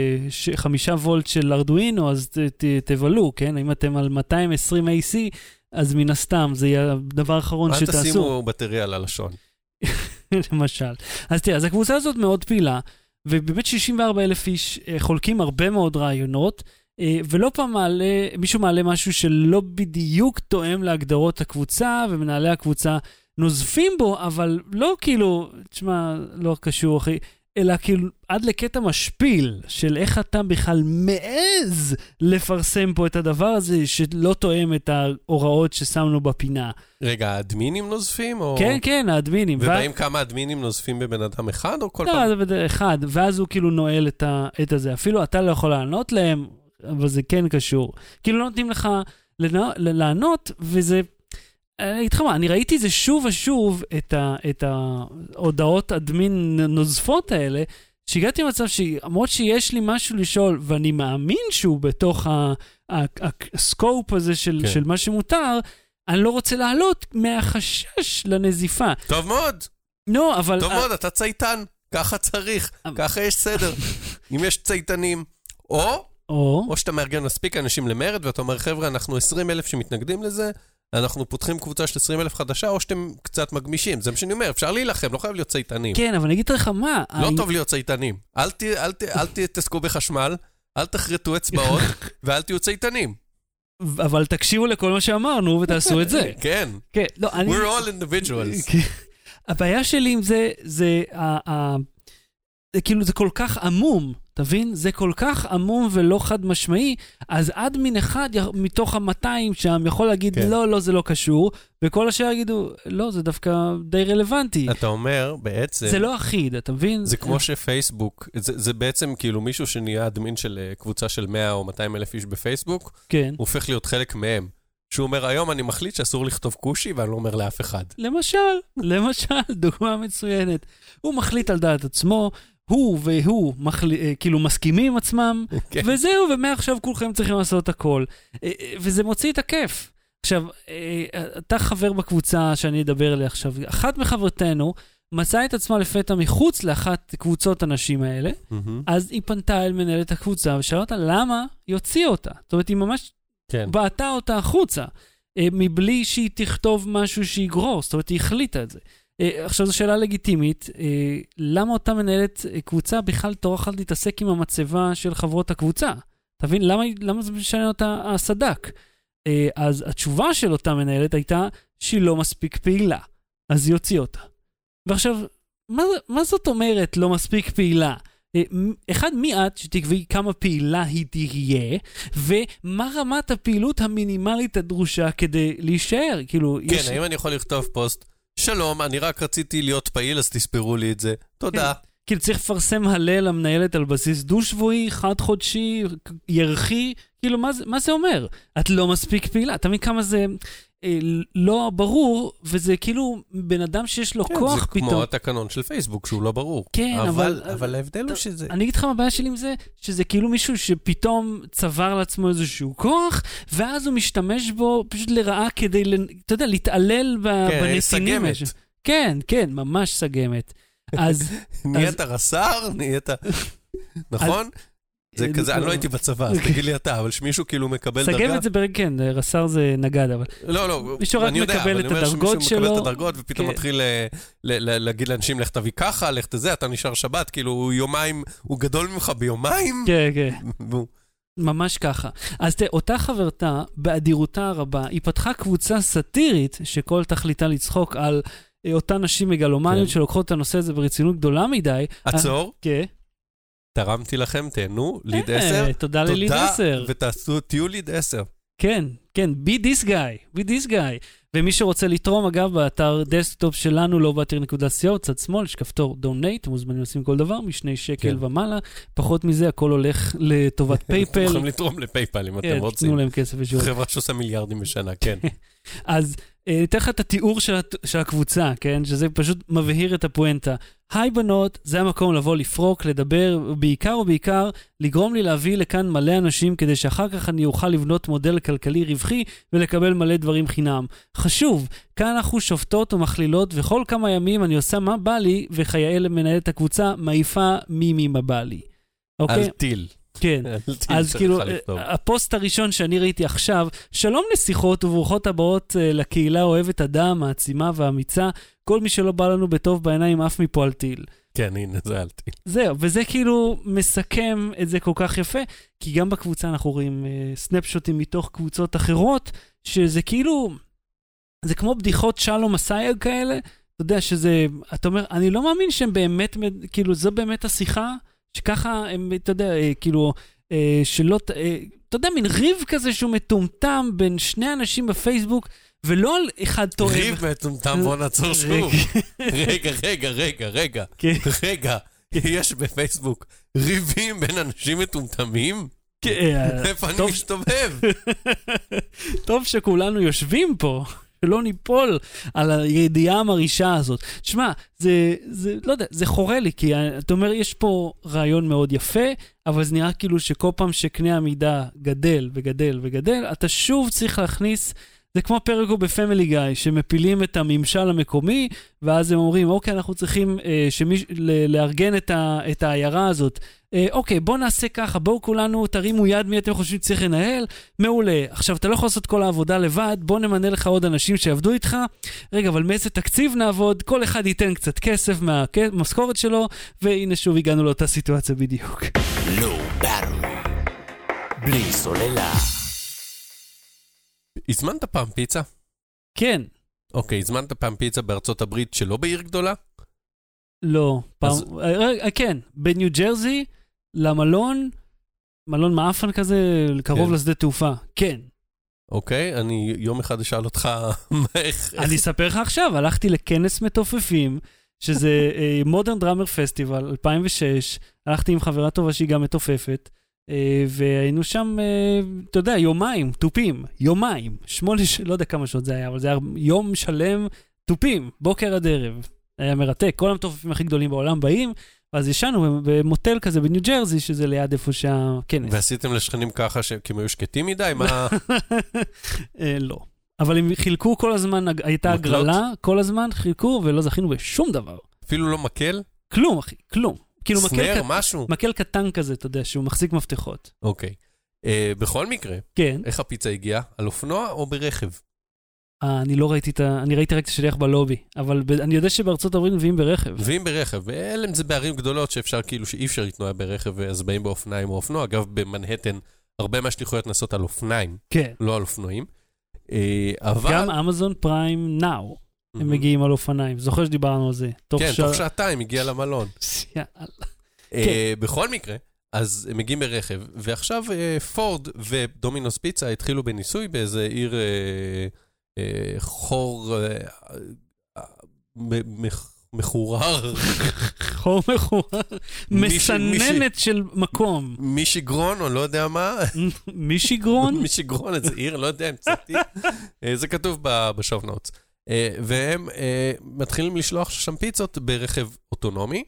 5 וולט של ארדואינו, אז תבלו, כן? אם אתם על 220 AC, אז מן הסתם, זה יהיה הדבר האחרון שתעשו. אל תשימו בטריה על הלשון. למשל. אז תראה, אז הקבוצה הזאת מאוד פעילה, ובאמת 64,000 איש חולקים הרבה מאוד רעיונות, ולא פעם מישהו מעלה משהו שלא בדיוק תואם להגדרות הקבוצה, ומנהלי הקבוצה נוזפים בו, אבל לא כאילו, תשמע, לא קשור, אחי, אלא כאילו עד לקטע משפיל של איך אתה בכלל מעז לפרסם פה את הדבר הזה שלא תואם את ההוראות ששמנו בפינה. רגע, האדמינים נוזפים? או... כן, כן, האדמינים. ובאים כמה אדמינים נוזפים בבן אדם אחד או כל פעם? לא, זה בדרך אחד, ואז הוא כאילו נועל את הזה. אפילו אתה לא יכול לענות להם, אבל זה כן קשור. כאילו לא נותנים לך לענות, וזה... אני ראיתי זה שוב ושוב את ההודעות אדמין נוזפות האלה, שהגעתי למצב שאמרות שיש לי משהו לשאול, ואני מאמין שהוא בתוך הסקופ הזה של מה שמותר, אני לא רוצה לעלות מהחשש לנזיפה. טוב מאוד. לא, אבל... טוב מאוד, אתה צייתן. ככה צריך. ככה יש סדר. אם יש צייתנים, או שאתה מארגן מספיק אנשים למרד, ואתה אומר, חבר'ה, אנחנו 20,000 שמתנגדים לזה, אנחנו פותחים קבוצה של 20,000 חדשה, או שאתם קצת מגמישים. זה מה שאני אומר, אפשר להילחם, לא חייב להיות צייתנים. כן, אבל אני אגיד לך מה... לא טוב להיות צייתנים. אל תתעסקו בחשמל, אל תחרטו אצבעות, ואל תהיו צייתנים. אבל תקשיבו לכל מה שאמרנו, ותעשו את זה. כן. We're all individuals. הבעיה שלי עם זה כאילו זה כל כך עמום, תבין? זה כל כך עמום ולא חד משמעי, אז אדמין אחד מתוך 200 שם יכול להגיד, לא, זה לא קשור, וכל השאר יגידו, לא, זה דווקא די רלוונטי. אתה אומר, בעצם... זה לא אחיד, אתה מבין? זה כמו שפייסבוק, זה בעצם כאילו מישהו שנהיה אדמין של קבוצה של 100 או 200 אלף איש בפייסבוק, הוא הופך להיות חלק מהם. שהוא אומר, היום אני מחליט שאסור לכתוב קושי, ואני לא אומר לאף אחד. למשל, דוגמה מצוינת. הוא מחליט על דעת עצמו, הוא והוא כאילו מסכימים עצמם, וזהו, ומעכשיו כולכם צריכים לעשות הכל. וזה מוציא את הכיף. עכשיו, אתה חבר בקבוצה שאני אדבר עליה עכשיו, אחת מחברתנו מצאה את עצמה לפתע מחוץ לאחת קבוצות הנשים האלה, אז היא פנתה אל מנהלת הקבוצה, ושאלה אותה למה יוציא אותה. זאת אומרת, היא ממש בעטה אותה החוצה, מבלי שהיא תכתוב משהו שיגרור, זאת אומרת, היא החליטה את זה. עכשיו זו שאלה לגיטימית, למה אותה מנהלת קבוצה בכלל טורחת להתעסק עם המצבה של חברות הקבוצה? תבין, למה זה משנה אותה הסדק? אז התשובה של אותה מנהלת הייתה שהיא לא מספיק פעילה, אז היא הוציא אותה. ועכשיו, מה זאת אומרת לא מספיק פעילה? אחד, מי את שתקבעי כמה פעילה היא תהיה, ומה רמת הפעילות המינימלית הדרושה כדי להישאר? כאילו, כן, האם אני יכול לכתוב פוסט? שלום, אני רק רציתי להיות פעיל, אז תספרו לי את זה. תודה. כאילו צריך לפרסם הלל למנהלת על בסיס דו-שבועי, חד-חודשי, ירחי, כאילו מה זה אומר? את לא מספיק פעילה, אתה מבין כמה זה לא ברור, וזה כאילו בן אדם שיש לו כוח פתאום. זה כמו התקנון של פייסבוק, שהוא לא ברור. כן, אבל ההבדל הוא שזה... אני אגיד לך מה הבעיה שלי עם זה, שזה כאילו מישהו שפתאום צבר לעצמו איזשהו כוח, ואז הוא משתמש בו פשוט לרעה כדי, אתה יודע, להתעלל בנתינים. סגמת. כן, ממש סגמת. אז... נהיית רס"ר, נכון? זה כזה, אני לא הייתי בצבא, אז תגיד לי אתה, אבל שמישהו כאילו מקבל דרגה... סגמת זה ברגע, כן, רס"ר זה נגד, אבל... לא, מישהו רק מקבל את הדרגות שלו... מקבל את הדרגות, ופתאום מתחיל להגיד לאנשים, לך תביא ככה, לך תזה, אתה נשאר שבת, כאילו יומיים, הוא גדול ממך ביומיים. כן. ממש ככה. אז אותה חברתה, באדירותה הרבה, היא פתחה קבוצה סאטירית, שכל תכליתה לצחוק על אותן נשים מגלומניות, שלוקחות את הנושא הזה ברצינות גדולה מדי. עצור. כן. תרמתי לכם, תהנו, ליד 10. תודה לליד 10. ותהיו ליד 10. כן, כן, be this guy. ומי שרוצה לתרום, אגב, באתר דסקטופ שלנו, לא באתר.co, צד שמאל, יש כפתור donate, מוזמנים לשים כל דבר, מ2 שקל ומעלה, פחות מזה, הכל הולך לטובת פייפל. יכולים לתרום לפייפל, אם אתם רוצים. תנו להם כסף ושירות. חברה שעושה מיליארדים בשנה, כן. אז ניתן לך את התיאור של הקבוצה, כן? שזה פשוט מבהיר את הפואנטה. היי בנות, זה המקום לבוא לפרוק, לדבר, בעיקר לגרום לי להביא לכאן מלא אנשים, כדי שאחר כך אני אוכל לבנות מודל כלכלי רווחי, ולקבל מלא דברים חינם. חשוב, כאן אנחנו שופטות ומכלילות, וכל כמה ימים אני עושה מה בא לי, וחייאל מנהלת הקבוצה, מעיפה מי מה בא לי. אוקיי? על טיל. כן, אז כאילו, הפוסט הראשון שאני ראיתי עכשיו, שלום נסיכות וברוכות הבאות לקהילה אוהבת אדם, העצימה והאמיצה, כל מי שלא בא לנו בטוב בעיניים אף מפה על טיל. כן, הנה, זה על טיל. זהו, וזה כאילו מסכם את זה כל כך יפה, כי גם בקבוצה אנחנו רואים סנפשוטים מתוך קבוצות אחרות, שזה כאילו, זה כמו בדיחות שלום הסייג כאלה, אתה יודע שזה, אתה אומר, אני לא מאמין שהם באמת, כאילו, זו באמת השיחה, שככה הם, אתה יודע, כאילו, שלא, אתה יודע, מין ריב כזה שהוא מטומטם בין שני אנשים בפייסבוק, ולא על אחד טועה. ריב מטומטם, בוא נעצור שוב. רגע. יש בפייסבוק ריבים בין אנשים מטומטמים? איפה אני מסתובב? טוב שכולנו יושבים פה. שלא ניפול על הידיעה המרישה הזאת. תשמע, זה לא יודע, זה חורה לי, כי אתה אומר, יש פה רעיון מאוד יפה, אבל זה נראה כאילו שכל פעם שקנה המידה גדל וגדל, אתה שוב צריך להכניס, זה כמו פרקו בפמילי גיא, שמפילים את הממשל המקומי, ואז הם אומרים, אוקיי, אנחנו צריכים לארגן את העיירה הזאת. אוקיי, בוא נעשה ככה, בואו כולנו תרימו יד מי אתם חושבים צריך לנהל, מעולה. עכשיו, אתה לא יכול לעשות כל העבודה לבד, בוא נמנה לך עוד אנשים שיעבדו איתך. רגע, אבל מאיזה תקציב נעבוד? כל אחד ייתן קצת כסף מהמשכורת שלו, והנה שוב הגענו לאותה סיטואציה בדיוק. לא ברור. בלי סוללה. הזמנת פעם פיצה? כן. אוקיי, הזמנת פעם פיצה בארצות הברית שלא בעיר גדולה? לא, פעם, כן, בניו ג'רזי, למלון, מלון מאפן כזה, קרוב לשדה תעופה, כן. אוקיי, אני יום אחד אשאל אותך איך... אני אספר לך עכשיו, הלכתי לכנס מתופפים, שזה Modern Drummer Festival 2006, הלכתי עם חברה טובה שהיא גם מתופפת, והיינו שם, אתה יודע, יומיים, טופים, יומיים, 8, לא יודע כמה שעות זה היה, אבל זה היה יום שלם, טופים, בוקר עד ערב. היה מרתק, כל המתופפים הכי גדולים בעולם באים, ואז ישנו במוטל כזה בניו ג'רזי, שזה ליד איפה שהכנס. ועשיתם לשכנים ככה כי הם היו שקטים מדי? מה? לא. אבל הם חילקו כל הזמן, הייתה הגרלה, כל הזמן חילקו, ולא זכינו בשום דבר. אפילו לא מקל? כלום, אחי, כלום. כאילו סנר, משהו? מקל קטן כזה, אתה יודע, שהוא מחזיק מפתחות. אוקיי. בכל מקרה, כן. איך הפיצה הגיעה? על אופנוע או ברכב? אני לא ראיתי אני ראיתי רק את השליח בלובי, אבל אני יודע שבארצות הברית מביאים ברכב. מביאים ברכב, ואלה זה בערים גדולות שאפשר כאילו שאי אפשר לתנוע ברכב, אז באים באופניים או אופנוע. אגב, במנהטן, הרבה מהשליחויות נעשות על אופניים, כן. לא על אופנועים. אבל... גם אמזון פריים נאו, הם מגיעים על אופניים. זוכר שדיברנו על זה. כן, תוך שעתיים הגיע למלון. יאללה. בכל מקרה, אז הם מגיעים ברכב, ועכשיו פורד ודומינוס פיצה התחילו בניסוי באיזה עיר... חור מחורר. חור מחורר. מסננת של מקום. מישיגרון, או לא יודע מה. מישיגרון? מישיגרון, איזה עיר, לא יודע, המצאתי. זה כתוב בשואו נוטס. והם מתחילים לשלוח שם פיצות ברכב אוטונומי,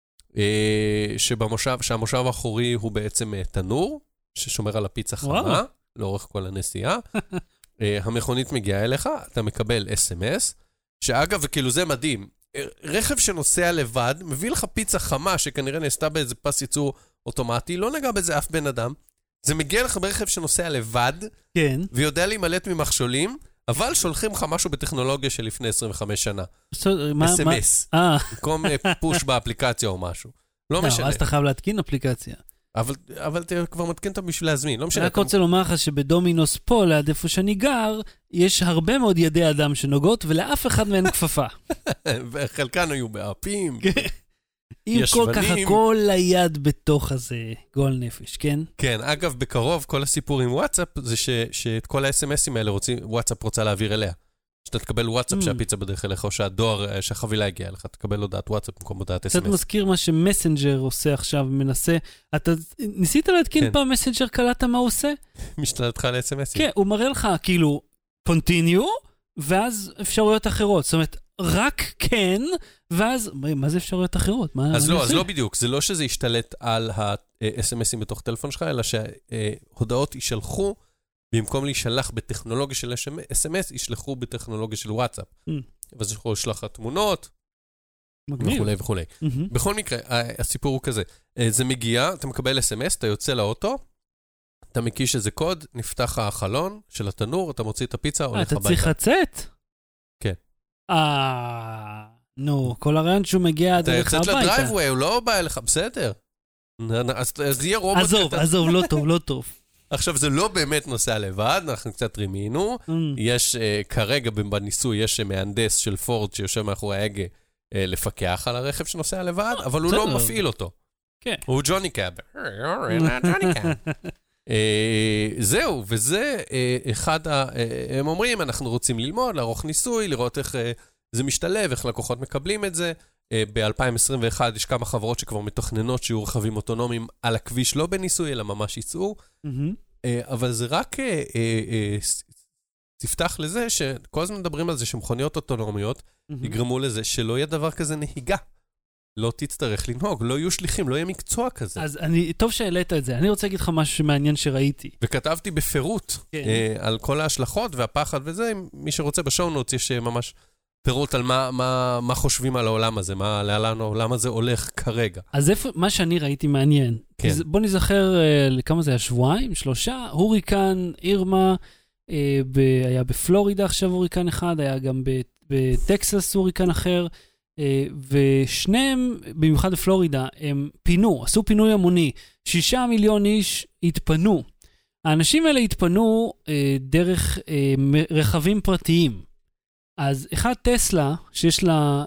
שהמושב האחורי הוא בעצם תנור, ששומר על הפיצה חמה, לאורך כל הנסיעה. המכונית מגיעה אליך, אתה מקבל SMS, שאגב, וכאילו זה מדהים, רכב שנוסע לבד, מביא לך פיצה חמה, שכנראה נעשתה באיזה פס ייצור אוטומטי, לא נגע בזה אף בן אדם, זה מגיע לך ברכב שנוסע לבד, כן. ויודע להימלט ממכשולים, אבל שולחים לך משהו בטכנולוגיה של לפני 25 שנה. SMS. במקום פוש באפליקציה או משהו. לא משנה. אז אתה חייב להתקין אפליקציה. אבל אתה כבר מתקין אותה בשביל להזמין, לא משנה. רק רוצה לומר לך שבדומינוס פה, ליד איפה שאני גר, יש הרבה מאוד ידי אדם שנוגעות, ולאף אחד מהן כפפה. וחלקן היו באפים. עם כל ככה, כל היד בתוך הזה, גול נפש, כן? כן, אגב, בקרוב, כל הסיפור עם וואטסאפ, זה שאת כל ה-SMSים האלה וואטסאפ רוצה להעביר אליה. שאתה תקבל וואטסאפ שהפיצה בדרך אליך, או שהחבילה הגיעה לך, תקבל הודעת וואטסאפ במקום הודעת SMS. קצת מזכיר מה שמסנג'ר עושה עכשיו, מנסה, אתה ניסית להתקין פעם מסנג'ר, קלטת מה הוא עושה? משתלתך ל-SMSים. כן, הוא מראה לך כאילו, continue, ואז אפשרויות אחרות. זאת אומרת, רק כן, ואז, מה זה אפשרויות אחרות? אז לא בדיוק, זה לא שזה ישתלט על ה-SMSים בתוך טלפון שלך, אלא שהודעות יישלחו, במקום להישלח בטכנולוגיה של SMS, ישלחו בטכנולוגיה של וואטסאפ. ואז יכולו לשלוח תמונות, וכולי וכולי. בכל מקרה, הסיפור הוא כזה, זה מגיע, אתה מקבל SMS, אתה יוצא לאוטו, אתה מקיש איזה קוד, נפתח החלון של התנור, אתה מוציא את הפיצה, הולך הביתה. אתה צריך לצאת? כן. נו, כל הרעיון שהוא מגיע דרך הביתה. אתה יוצאת לדרייבווי, הוא לא בא אליך, בסדר. אז יהיה רובוט קטן. עזוב, לא טוב. עכשיו, זה לא באמת נוסע לבד, אנחנו קצת רימינו. יש, כרגע בניסוי, יש מהנדס של פורד שיושב מאחורי ההגה לפקח על הרכב שנוסע לבד, אבל הוא לא מפעיל אותו. כן. הוא ג'וני קאב. זהו, וזה אחד, הם אומרים, אנחנו רוצים ללמוד, לערוך ניסוי, לראות איך זה משתלב, איך לקוחות מקבלים את זה. ב-2021 יש כמה חברות שכבר מתוכננות שיהיו רכבים אוטונומיים על הכביש, לא בניסוי, אלא ממש ייצאו. אבל זה רק תפתח לזה שכל הזמן מדברים על זה שמכוניות אוטונומיות יגרמו לזה שלא יהיה דבר כזה נהיגה. לא תצטרך לנהוג, לא יהיו שליחים, לא יהיה מקצוע כזה. אז טוב שהעלית את זה. אני רוצה להגיד לך משהו שמעניין שראיתי. וכתבתי בפירוט על כל ההשלכות והפחד וזה, מי שרוצה בשואו-נוטס יש ממש פירוט על מה חושבים על העולם הזה, לאן העולם הזה הולך כרגע. אז איפה, מה שאני ראיתי מעניין, כן. בוא נזכר לכמה זה היה, שבועיים, 3, הוריקן, אירמה, היה בפלורידה עכשיו הוריקן אחד, היה גם בטקסס הוריקן אחר, ושניהם, במיוחד בפלורידה, הם עשו פינוי המוני, 6 מיליון איש התפנו. האנשים האלה התפנו דרך רכבים פרטיים. אז אחד טסלה, שיש לה...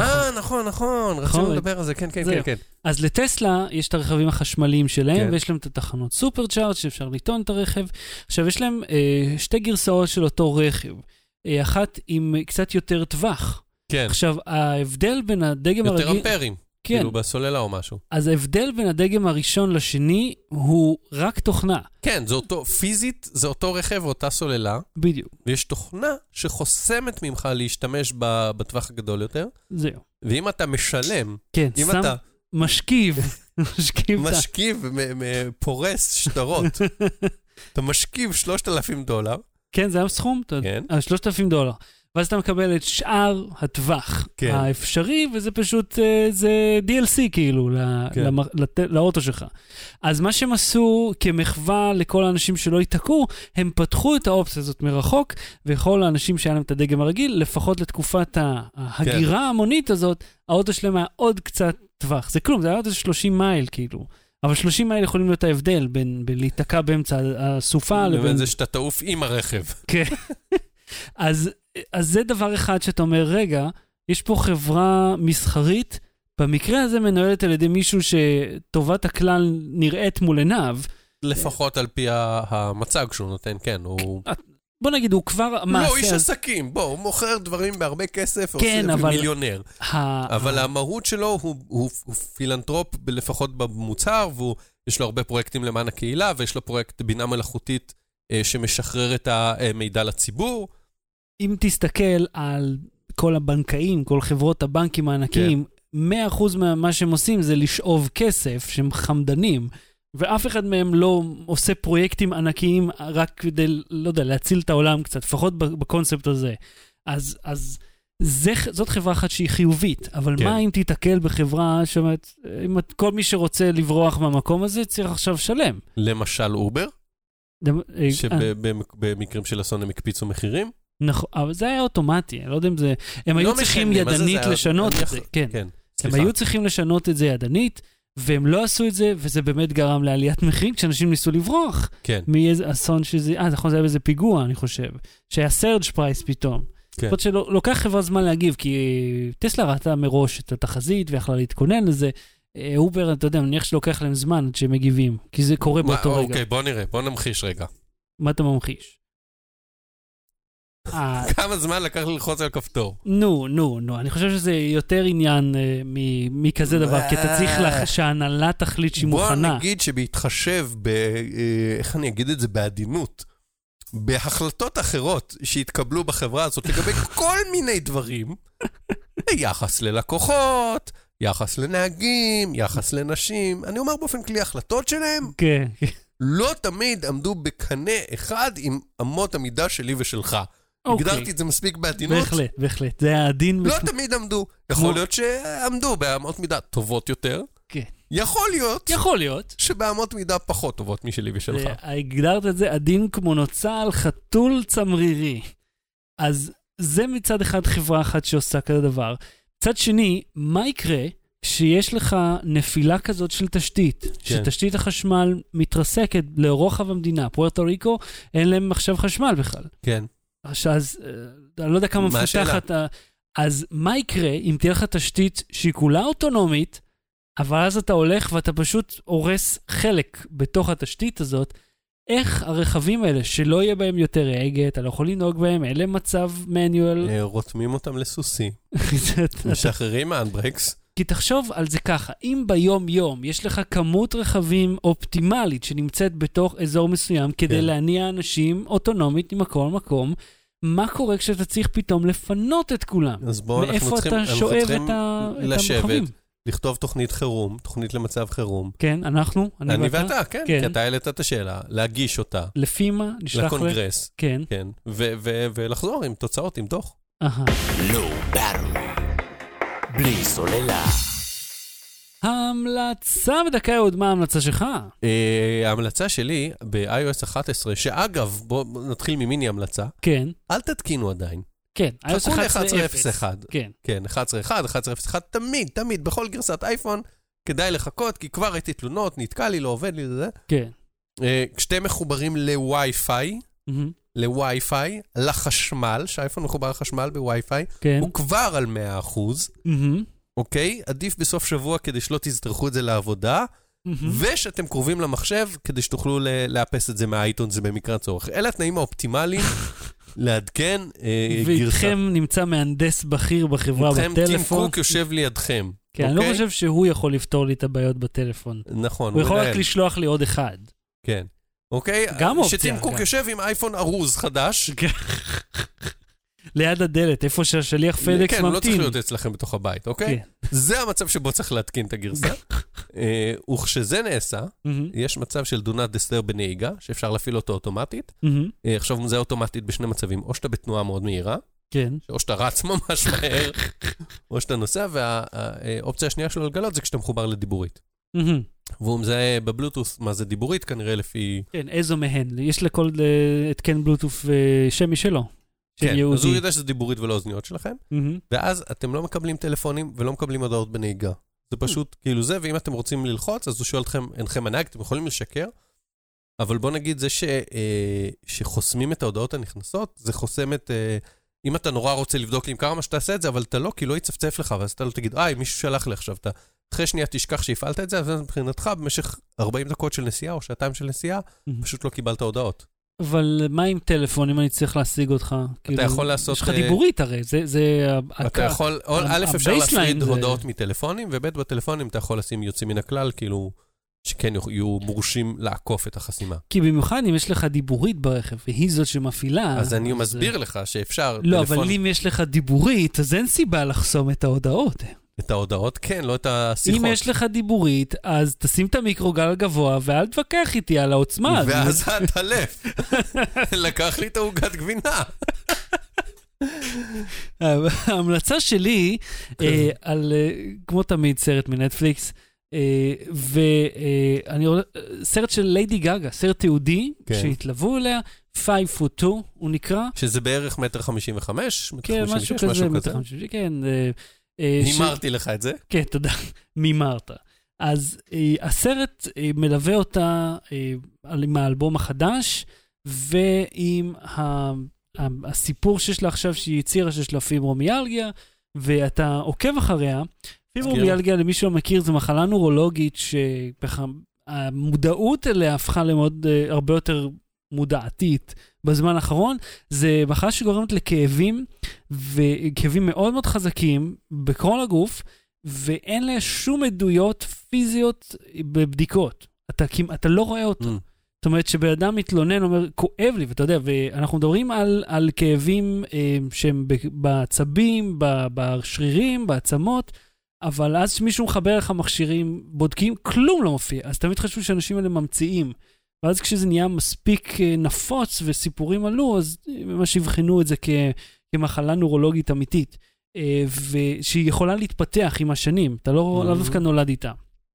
נכון, רצינו לדבר על זה, כן. אז לטסלה יש את הרכבים החשמליים שלהם, ויש להם את התחנות סופר צ'ארג' שאפשר לטעון את הרכב. עכשיו, יש להם 2 גרסאות של אותו רכב. אחת עם קצת יותר טווח. כן. עכשיו, ההבדל בין הדגם הרגיל... יותר אמפרים. כן. כאילו בסוללה או משהו. אז ההבדל בין הדגם הראשון לשני הוא רק תוכנה. כן, זה אותו, פיזית, זה אותו רכב, אותה סוללה. בדיוק. ויש תוכנה שחוסמת ממך להשתמש בטווח הגדול יותר. זהו. ואם אתה משלם, כן, שם אתה... משכיב. משכיב, פורס שטרות. אתה משכיב $3,000. כן, זה היה סכום? כן. $3,000. ואז אתה מקבל את שאר הטווח האפשרי, וזה פשוט, זה DLC כאילו, לאוטו שלך. אז מה שהם עשו כמחווה לכל האנשים שלא ייתקעו, הם פתחו את האופציה הזאת מרחוק, וכל האנשים שהיה להם את הדגם הרגיל, לפחות לתקופת ההגירה המונית הזאת, האוטו שלהם היה עוד קצת טווח. זה כלום, זה היה עוד איזה 30 מייל כאילו. אבל 30 מייל יכולים להיות ההבדל בין להיתקע באמצע הסופה לבין זה שאתה תעוף עם הרכב. כן. אז זה דבר אחד שאתה אומר, רגע, יש פה חברה מסחרית, במקרה הזה מנוהלת על ידי מישהו שטובת הכלל נראית מול עיניו. לפחות על פי המצג שהוא נותן, כן, הוא... בוא נגיד, הוא כבר... לא, איש עסקים, בוא, הוא מוכר דברים בהרבה כסף, כן, עושה מיליונר. אבל המהות שלו הוא פילנטרופ, לפחות במוצר, ויש לו הרבה פרויקטים למען הקהילה, ויש לו פרויקט בינה מלאכותית שמשחרר את המידע לציבור. אם תסתכל על כל הבנקאים, כל חברות הבנקים הענקיים, 100% ממה שהם עושים זה לשאוב כסף, שהם חמדנים, ואף אחד מהם לא עושה פרויקטים ענקיים רק כדי, לא יודע, להציל את העולם קצת, לפחות בקונספט הזה. אז זאת חברה אחת שהיא חיובית, אבל מה אם תתקל בחברה שאומרת, אם כל מי שרוצה לברוח מהמקום הזה, צריך עכשיו שלם. למשל אובר? שבמקרים של אסון הם הקפיצו מחירים? נכון, אבל זה היה אוטומטי, אני לא יודע אם זה... הם היו צריכים ידנית לשנות את זה, כן. הם היו צריכים לשנות את זה ידנית, והם לא עשו את זה, וזה באמת גרם לעליית מחירים, כשאנשים ניסו לברוח. כן. מאיזה אסון שזה... נכון, זה היה באיזה פיגוע, אני חושב. שהיה סרג' פרייס פתאום. זאת שלוקח חברה זמן להגיב, כי טסלה ראתה מראש את התחזית ויכלה להתכונן לזה. אובר, אתה יודע, מניח שלוקח להם זמן עד שהם מגיבים, כי זה קורה באותו רגע. אוקיי, בוא נראה, בוא נמחיש רגע. מה אתה ממחיש? כמה זמן לקח ללחוץ על כפתור? נו, אני חושב שזה יותר עניין מכזה דבר, כי אתה צריך שההנהלה תחליט שהיא מוכנה. בוא נגיד שבהתחשב, איך אני אגיד את זה בעדינות, בהחלטות אחרות שהתקבלו בחברה הזאת לגבי כל מיני דברים, יחס ללקוחות, יחס לנהגים, יחס לנשים, אני אומר באופן כלי, החלטות שלהם, לא תמיד עמדו בקנה אחד עם אמות המידה שלי ושלך. הגדרתי את זה מספיק בעדינות? בהחלט, זה העדין. לא תמיד עמדו. יכול להיות שעמדו באמות מידה טובות יותר. כן. יכול להיות. שבאמות שבאמות מידה פחות טובות משלי ושלך. הגדרת את זה עדין כמו נוצה על חתול צמרירי. אז זה מצד אחד חברה אחת שעושה כזה דבר. מצד שני, מה יקרה כשיש לך נפילה כזאת של תשתית, שתשתית החשמל מתרסקת לרוחב המדינה, פוארטו ריקו, אין להם עכשיו חשמל בכלל. כן. אז אני לא יודע כמה מפותחת, אז מה יקרה אם תהיה לך תשתית שהיא כולה אוטונומית, אבל אז אתה הולך ואתה פשוט הורס חלק בתוך התשתית הזאת, איך הרכבים האלה, שלא יהיה בהם יותר רגע, אתה לא יכול לנהוג בהם, אלה מצב מניואל. רותמים אותם לסוסי. משחררים מהאנברקס. כי תחשוב על זה ככה, אם ביום יום יש לך כמות רכבים אופטימלית שנמצאת בתוך אזור מסוים, כדי להניע אנשים אוטונומית ממקום למקום, מה קורה כשאתה צריך פתאום לפנות את כולם? אז בואו אנחנו צריכים לשבת, לכתוב תוכנית חירום, תוכנית למצב חירום. כן, אני ואתה, כן, כי אתה העלית את השאלה, להגיש אותה. לפי מה? לקונגרס. כן. ולחזור עם תוצאות, עם דוח. Low Battery. בלי סוללה. ההמלצה בדקה עוד, מה ההמלצה שלך? ההמלצה שלי ב-iOS 11, שאגב, בואו נתחיל ממיני המלצה. כן. אל תתקינו עדיין. כן, iOS 11.0. כן, 11.1, 11.0.1, תמיד, בכל גרסת אייפון, כדאי לחכות, כי כבר ראיתי תלונות, נתקע לי, לא עובד לי, זה. כן. כשאתם מחוברים לווי-פיי, לחשמל, שהאייפון מחובר לחשמל בווי-פיי, הוא כבר על 100%, אוקיי? עדיף בסוף שבוע כדי שלא תזדרכו את זה לעבודה, ושאתם קרובים למחשב, כדי שתוכלו לאפס את זה מהאייטון, זה במקרה צורך. אלה התנאים האופטימליים לעדכן גרסה. ואיתכם נמצא מהנדס בכיר בחברה בטלפון. טים קוק יושב לידכם. כן, אני לא חושב שהוא יכול לפתור לי את הבעיות בטלפון. נכון. הוא יכול רק לשלוח לי עוד אחד. כן. אוקיי? גם אופציה. שטים קוק יושב עם אייפון ארוז חדש. ליד הדלת, איפה שהשליח פדקס ממתין. כן, לא צריך להיות אצלכם בתוך הבית, אוקיי? זה המצב שבו צריך להתקין את הגרסה. וכשזה נעשה, יש מצב של Do Not Disturb בנהיגה, שאפשר להפעיל אותו אוטומטית. עכשיו זה אוטומטית בשני מצבים, או שאתה בתנועה מאוד מהירה, או שאתה רץ ממש מהר, או שאתה נוסע, והאופציה השנייה שלו לגלות זה כשאתה מחובר לדיבורית. והוא מזהה בבלוטוס, מה זה דיבורית, כנראה לפי... כן, איזו מהן. יש לכל התקן בלוטוס שם משלו. כן, אז הוא יודע שזה דיבורית ולא אוזניות שלכם, ואז אתם לא מקבלים טלפונים ולא מקבלים הודעות בנהיגה. זה פשוט כאילו זה, ואם אתם רוצים ללחוץ, אז הוא שואל אתכם, אינכם הנהג, אתם יכולים לשקר, אבל בוא נגיד זה שחוסמים את ההודעות הנכנסות, זה חוסם את... אם אתה נורא רוצה לבדוק לי עם כמה שתעשה את זה, אבל אתה לא, כי לא יצפצף לך, ואז אתה לא תגיד, מישהו שלח לי עכשיו, אתה אחרי שנייה תשכח שהפעלת את זה, אז מבחינתך במשך 40 דקות של נסיעה או שעתיים של נסיעה, פשוט לא קיבלת הודעות. אבל מה עם טלפון, אם אני צריך להשיג אותך? אתה יכול לעשות... יש לך דיבורית הרי, זה... אתה יכול... א', אפשר להפריד הודעות מטלפונים, וב' בטלפונים אתה יכול לשים יוצאים מן הכלל, כאילו, שכן יהיו מורשים לעקוף את החסימה. כי במיוחד אם יש לך דיבורית ברכב, והיא זאת שמפעילה... אז אני מסביר לך שאפשר... לא, אבל אם יש לך דיבורית, אז אין סיבה לחסום את ההודעות. את ההודעות, כן, לא את השיחות. אם יש לך דיבורית, אז תשים את המיקרוגל גבוה, ואל תווכח איתי על העוצמה. ואז התלף. לקח לי את העוגת גבינה. ההמלצה שלי, על, כמו תמיד, סרט מנטפליקס, ואני רואה, סרט של ליידי גגה, סרט תיעודי, שהתלוו אליה, 5'2", הוא נקרא. שזה בערך 1.55 מטר, כן, משהו כזה, 1.50, כן, מימרתי לך את זה. כן, תודה. מימרת. אז הסרט מלווה אותה עם האלבום החדש, ועם הסיפור שיש לה עכשיו, שהיא יצירה שיש לה פיברומיאלגיה, ואתה עוקב אחריה. פיברומיאלגיה, למי שלא מכיר, זו מחלה נורולוגית, שהמודעות אליה הפכה למאוד הרבה יותר מודעתית בזמן האחרון. זה מחלה שגורמת לכאבים, וכאבים מאוד מאוד חזקים בכל הגוף, ואין לה שום עדויות פיזיות בבדיקות. אתה לא רואה אותו. זאת אומרת שבאדם מתלונן, אומר, כואב לי, ואתה יודע, ואנחנו מדברים על כאבים שהם בעצבים, בשרירים, בעצמות, אבל אז שמישהו מחבר לך מכשירים, בודקים, כלום לא מופיע. אז תמיד חשבו שאנשים האלה ממציאים. ואז כשזה נהיה מספיק נפוץ וסיפורים עלו, אז ממש הבחינו את זה כמחלה נורולוגית אמיתית, ושהיא יכולה להתפתח עם השנים. אתה לא דווקא נולד איתה.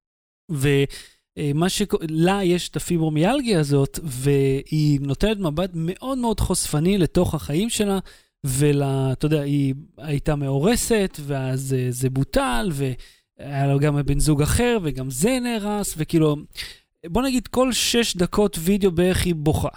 ומה שלה יש את הפיברומיאלגיה הזאת, והיא נותנת מבט מאוד מאוד חושפני לתוך החיים שלה, ואתה יודע, היא הייתה מאורסת, ואז זה בוטל, והיה לה גם בן זוג אחר, וגם זה נהרס, וכאילו, בוא נגיד, כל 6 דקות וידאו בערך היא בוכה.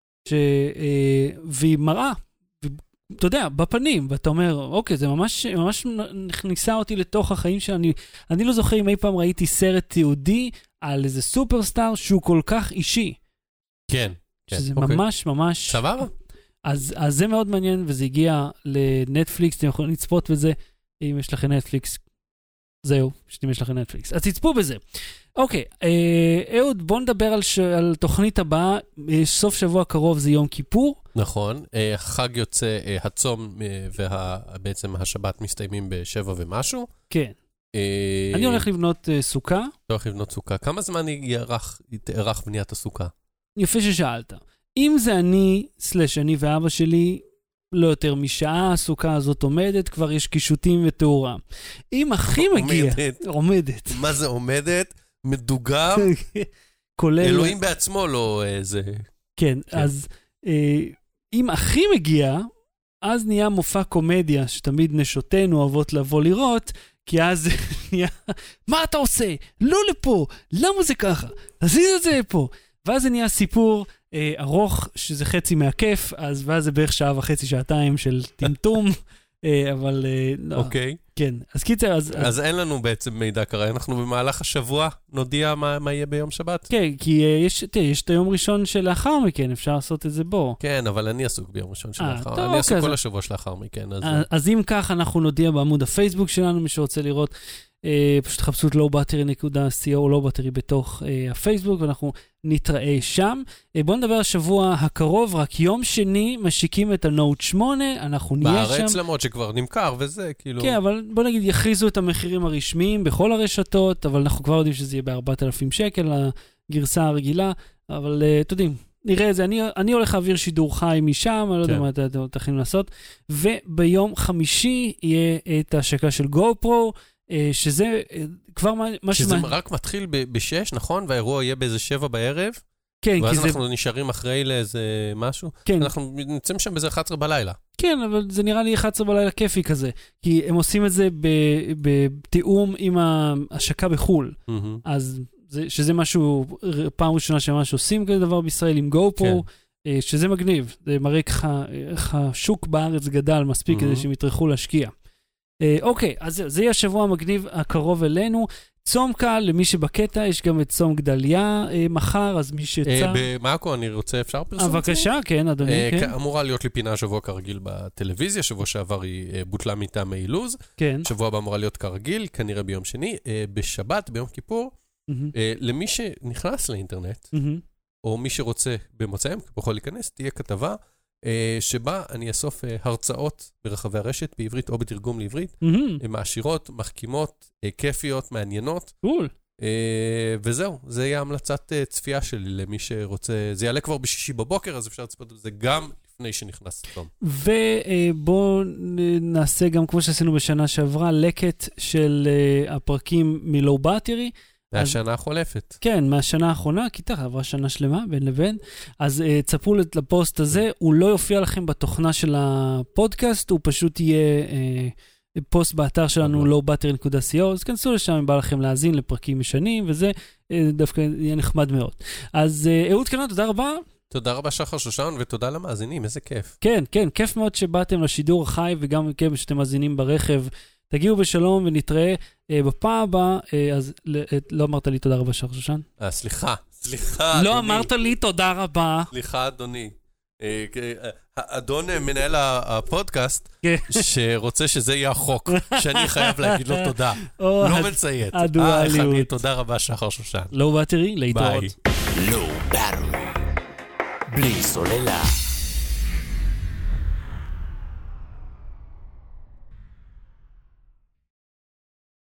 והיא מראה, אתה יודע, בפנים, ואתה אומר, אוקיי, זה ממש נכניסה אותי לתוך החיים שאני לא זוכר אם אי פעם ראיתי סרט תיעודי על איזה סופרסטאר שהוא כל כך אישי. כן. שזה ממש ממש... סבבה. אז זה מאוד מעניין, וזה הגיע לנטפליקס, אתם יכולים לצפות בזה, אם יש לכם נטפליקס. זהו, אם יש לכם נטפליקס. אז תצפו בזה. אוקיי, אהוד, בוא נדבר על תוכנית הבאה. סוף שבוע קרוב זה יום כיפור. נכון, החג יוצא, הצום ובעצם השבת מסתיימים ב7 ומשהו. כן. אני הולך לבנות סוכה. אתה הולך לבנות סוכה. כמה זמן יארך בניית הסוכה? יפה ששאלת. אם זה אני ואבא שלי, לא יותר משעה, הסוכה הזאת עומדת, כבר יש קישוטים ותאורה. אם הכי מגיע... עומדת. מה זה עומדת? מדוגם? אלוהים בעצמו לא איזה... כן, אז אם הכי מגיע, אז נהיה מופע קומדיה, שתמיד נשותינו אוהבות לבוא לראות, כי אז נהיה, מה אתה עושה? לא לפה, למה זה ככה? תזיז את זה פה. ואז זה נהיה סיפור ארוך, שזה חצי מהכיף, ואז זה בערך 1.5 שעתיים של טמטום, אבל לא. אוקיי. כן, אז קיצר, אז אין לנו בעצם מידע קרה, אנחנו במהלך השבוע נודיע מה יהיה ביום שבת. כן, כי יש את היום ראשון שלאחר מכן, אפשר לעשות את זה בו. כן, אבל אני עסוק ביום ראשון שלאחר, אני עסוק כל השבוע שלאחר מכן. אז אם כך, אנחנו נודיע בעמוד הפייסבוק שלנו, מי שרוצה לראות, פשוט חפשו את lowbattery.co או lowbattery בתוך הפייסבוק, ואנחנו נתראה שם. בואו נדבר השבוע הקרוב, רק יום שני משיקים את הנוט 8, אנחנו נהיה שם. בארץ למרות שכבר נמכר וזה, כאילו... כן, אבל בוא נגיד, יכריזו את המחירים הרשמיים בכל הרשתות, אבל אנחנו כבר יודעים שזה יהיה ב4,000 שקל, הגרסה הרגילה, אבל אתם יודעים, נראה את זה, אני הולך להעביר שידור חי משם, אני לא יודע מה אתם תכנים לעשות, וביום חמישי יהיה את ההשקה של GoPro, שזה כבר מה שזה רק מתחיל ב6, נכון? והאירוע יהיה באיזה 7 בערב? כן, ואז אנחנו נשארים אחרי לאיזה משהו? כן. אנחנו נמצאים שם באיזה 11 בלילה. כן, אבל זה נראה לי 11 בלילה כיפי כזה, כי הם עושים את זה בתיאום עם ההשקה בחול. אז שזה משהו, פעם ראשונה שממש עושים כזה דבר בישראל עם GoPro, שזה מגניב. זה מראה איך השוק בארץ גדל מספיק כדי שהם יתרחו להשקיע. אוקיי, אז זה יהיה השבוע המגניב הקרוב אלינו. צום קל, למי שבקטע, יש גם את צום גדליה מחר, אז מי שצם... במאקו, אני רוצה, אפשר פרסום? בבקשה, כן, אדוני, כן. אמורה להיות לי פינה שבוע כרגיל בטלוויזיה, שבוע שעבר היא בוטלה מטעם אילוז. כן. שבוע הבא אמורה להיות כרגיל, כנראה ביום שני. בשבת, ביום כיפור, למי שנכנס לאינטרנט, או מי שרוצה במוצאים, יכול להיכנס, תהיה כתבה, שבה אני אסוף הרצאות ברחבי הרשת, בעברית או בתרגום לעברית, מעשירות, מחכימות, כיפיות, מעניינות. קול. וזהו, זה יהיה המלצת צפייה שלי למי שרוצה, זה יעלה כבר בשישי בבוקר, אז אפשר לצפות בזה גם לפני שנכנס לתום. ובואו נעשה גם כמו שעשינו בשנה שעברה, לקט של הפרקים מלואו באטרי, מהשנה החולפת. כן, מהשנה האחרונה, כי תכף עברה שנה שלמה בין לבין, אז צפו לפוסט הזה, הוא לא יופיע לכם בתוכנה של הפודקאסט, הוא פשוט יהיה פוסט באתר שלנו, lowbattery.co, אז כנסו לשם אם בא לכם להאזין לפרקים משנים, וזה דווקא יהיה נחמד מאוד. אז אהוד קנן, תודה רבה. תודה רבה שחר שושן, ותודה למאזינים, איזה כיף. כן, כן, כיף מאוד שבאתם לשידור החי, וגם כיף שאתם מאזינים ברכב. תגיעו בשלום ונתראה בפעם הבאה. אז לא אמרת לי תודה רבה שחר שושן? סליחה, אדוני. לא אמרת לי תודה רבה. סליחה, אדוני. אדון מנהל הפודקאסט, שרוצה שזה יהיה החוק, שאני חייב להגיד לו תודה. לא מציית. הדואליות. תודה רבה, שחר שושן. לא באטרי, להתראות. לא באטרי. בלי סוללה.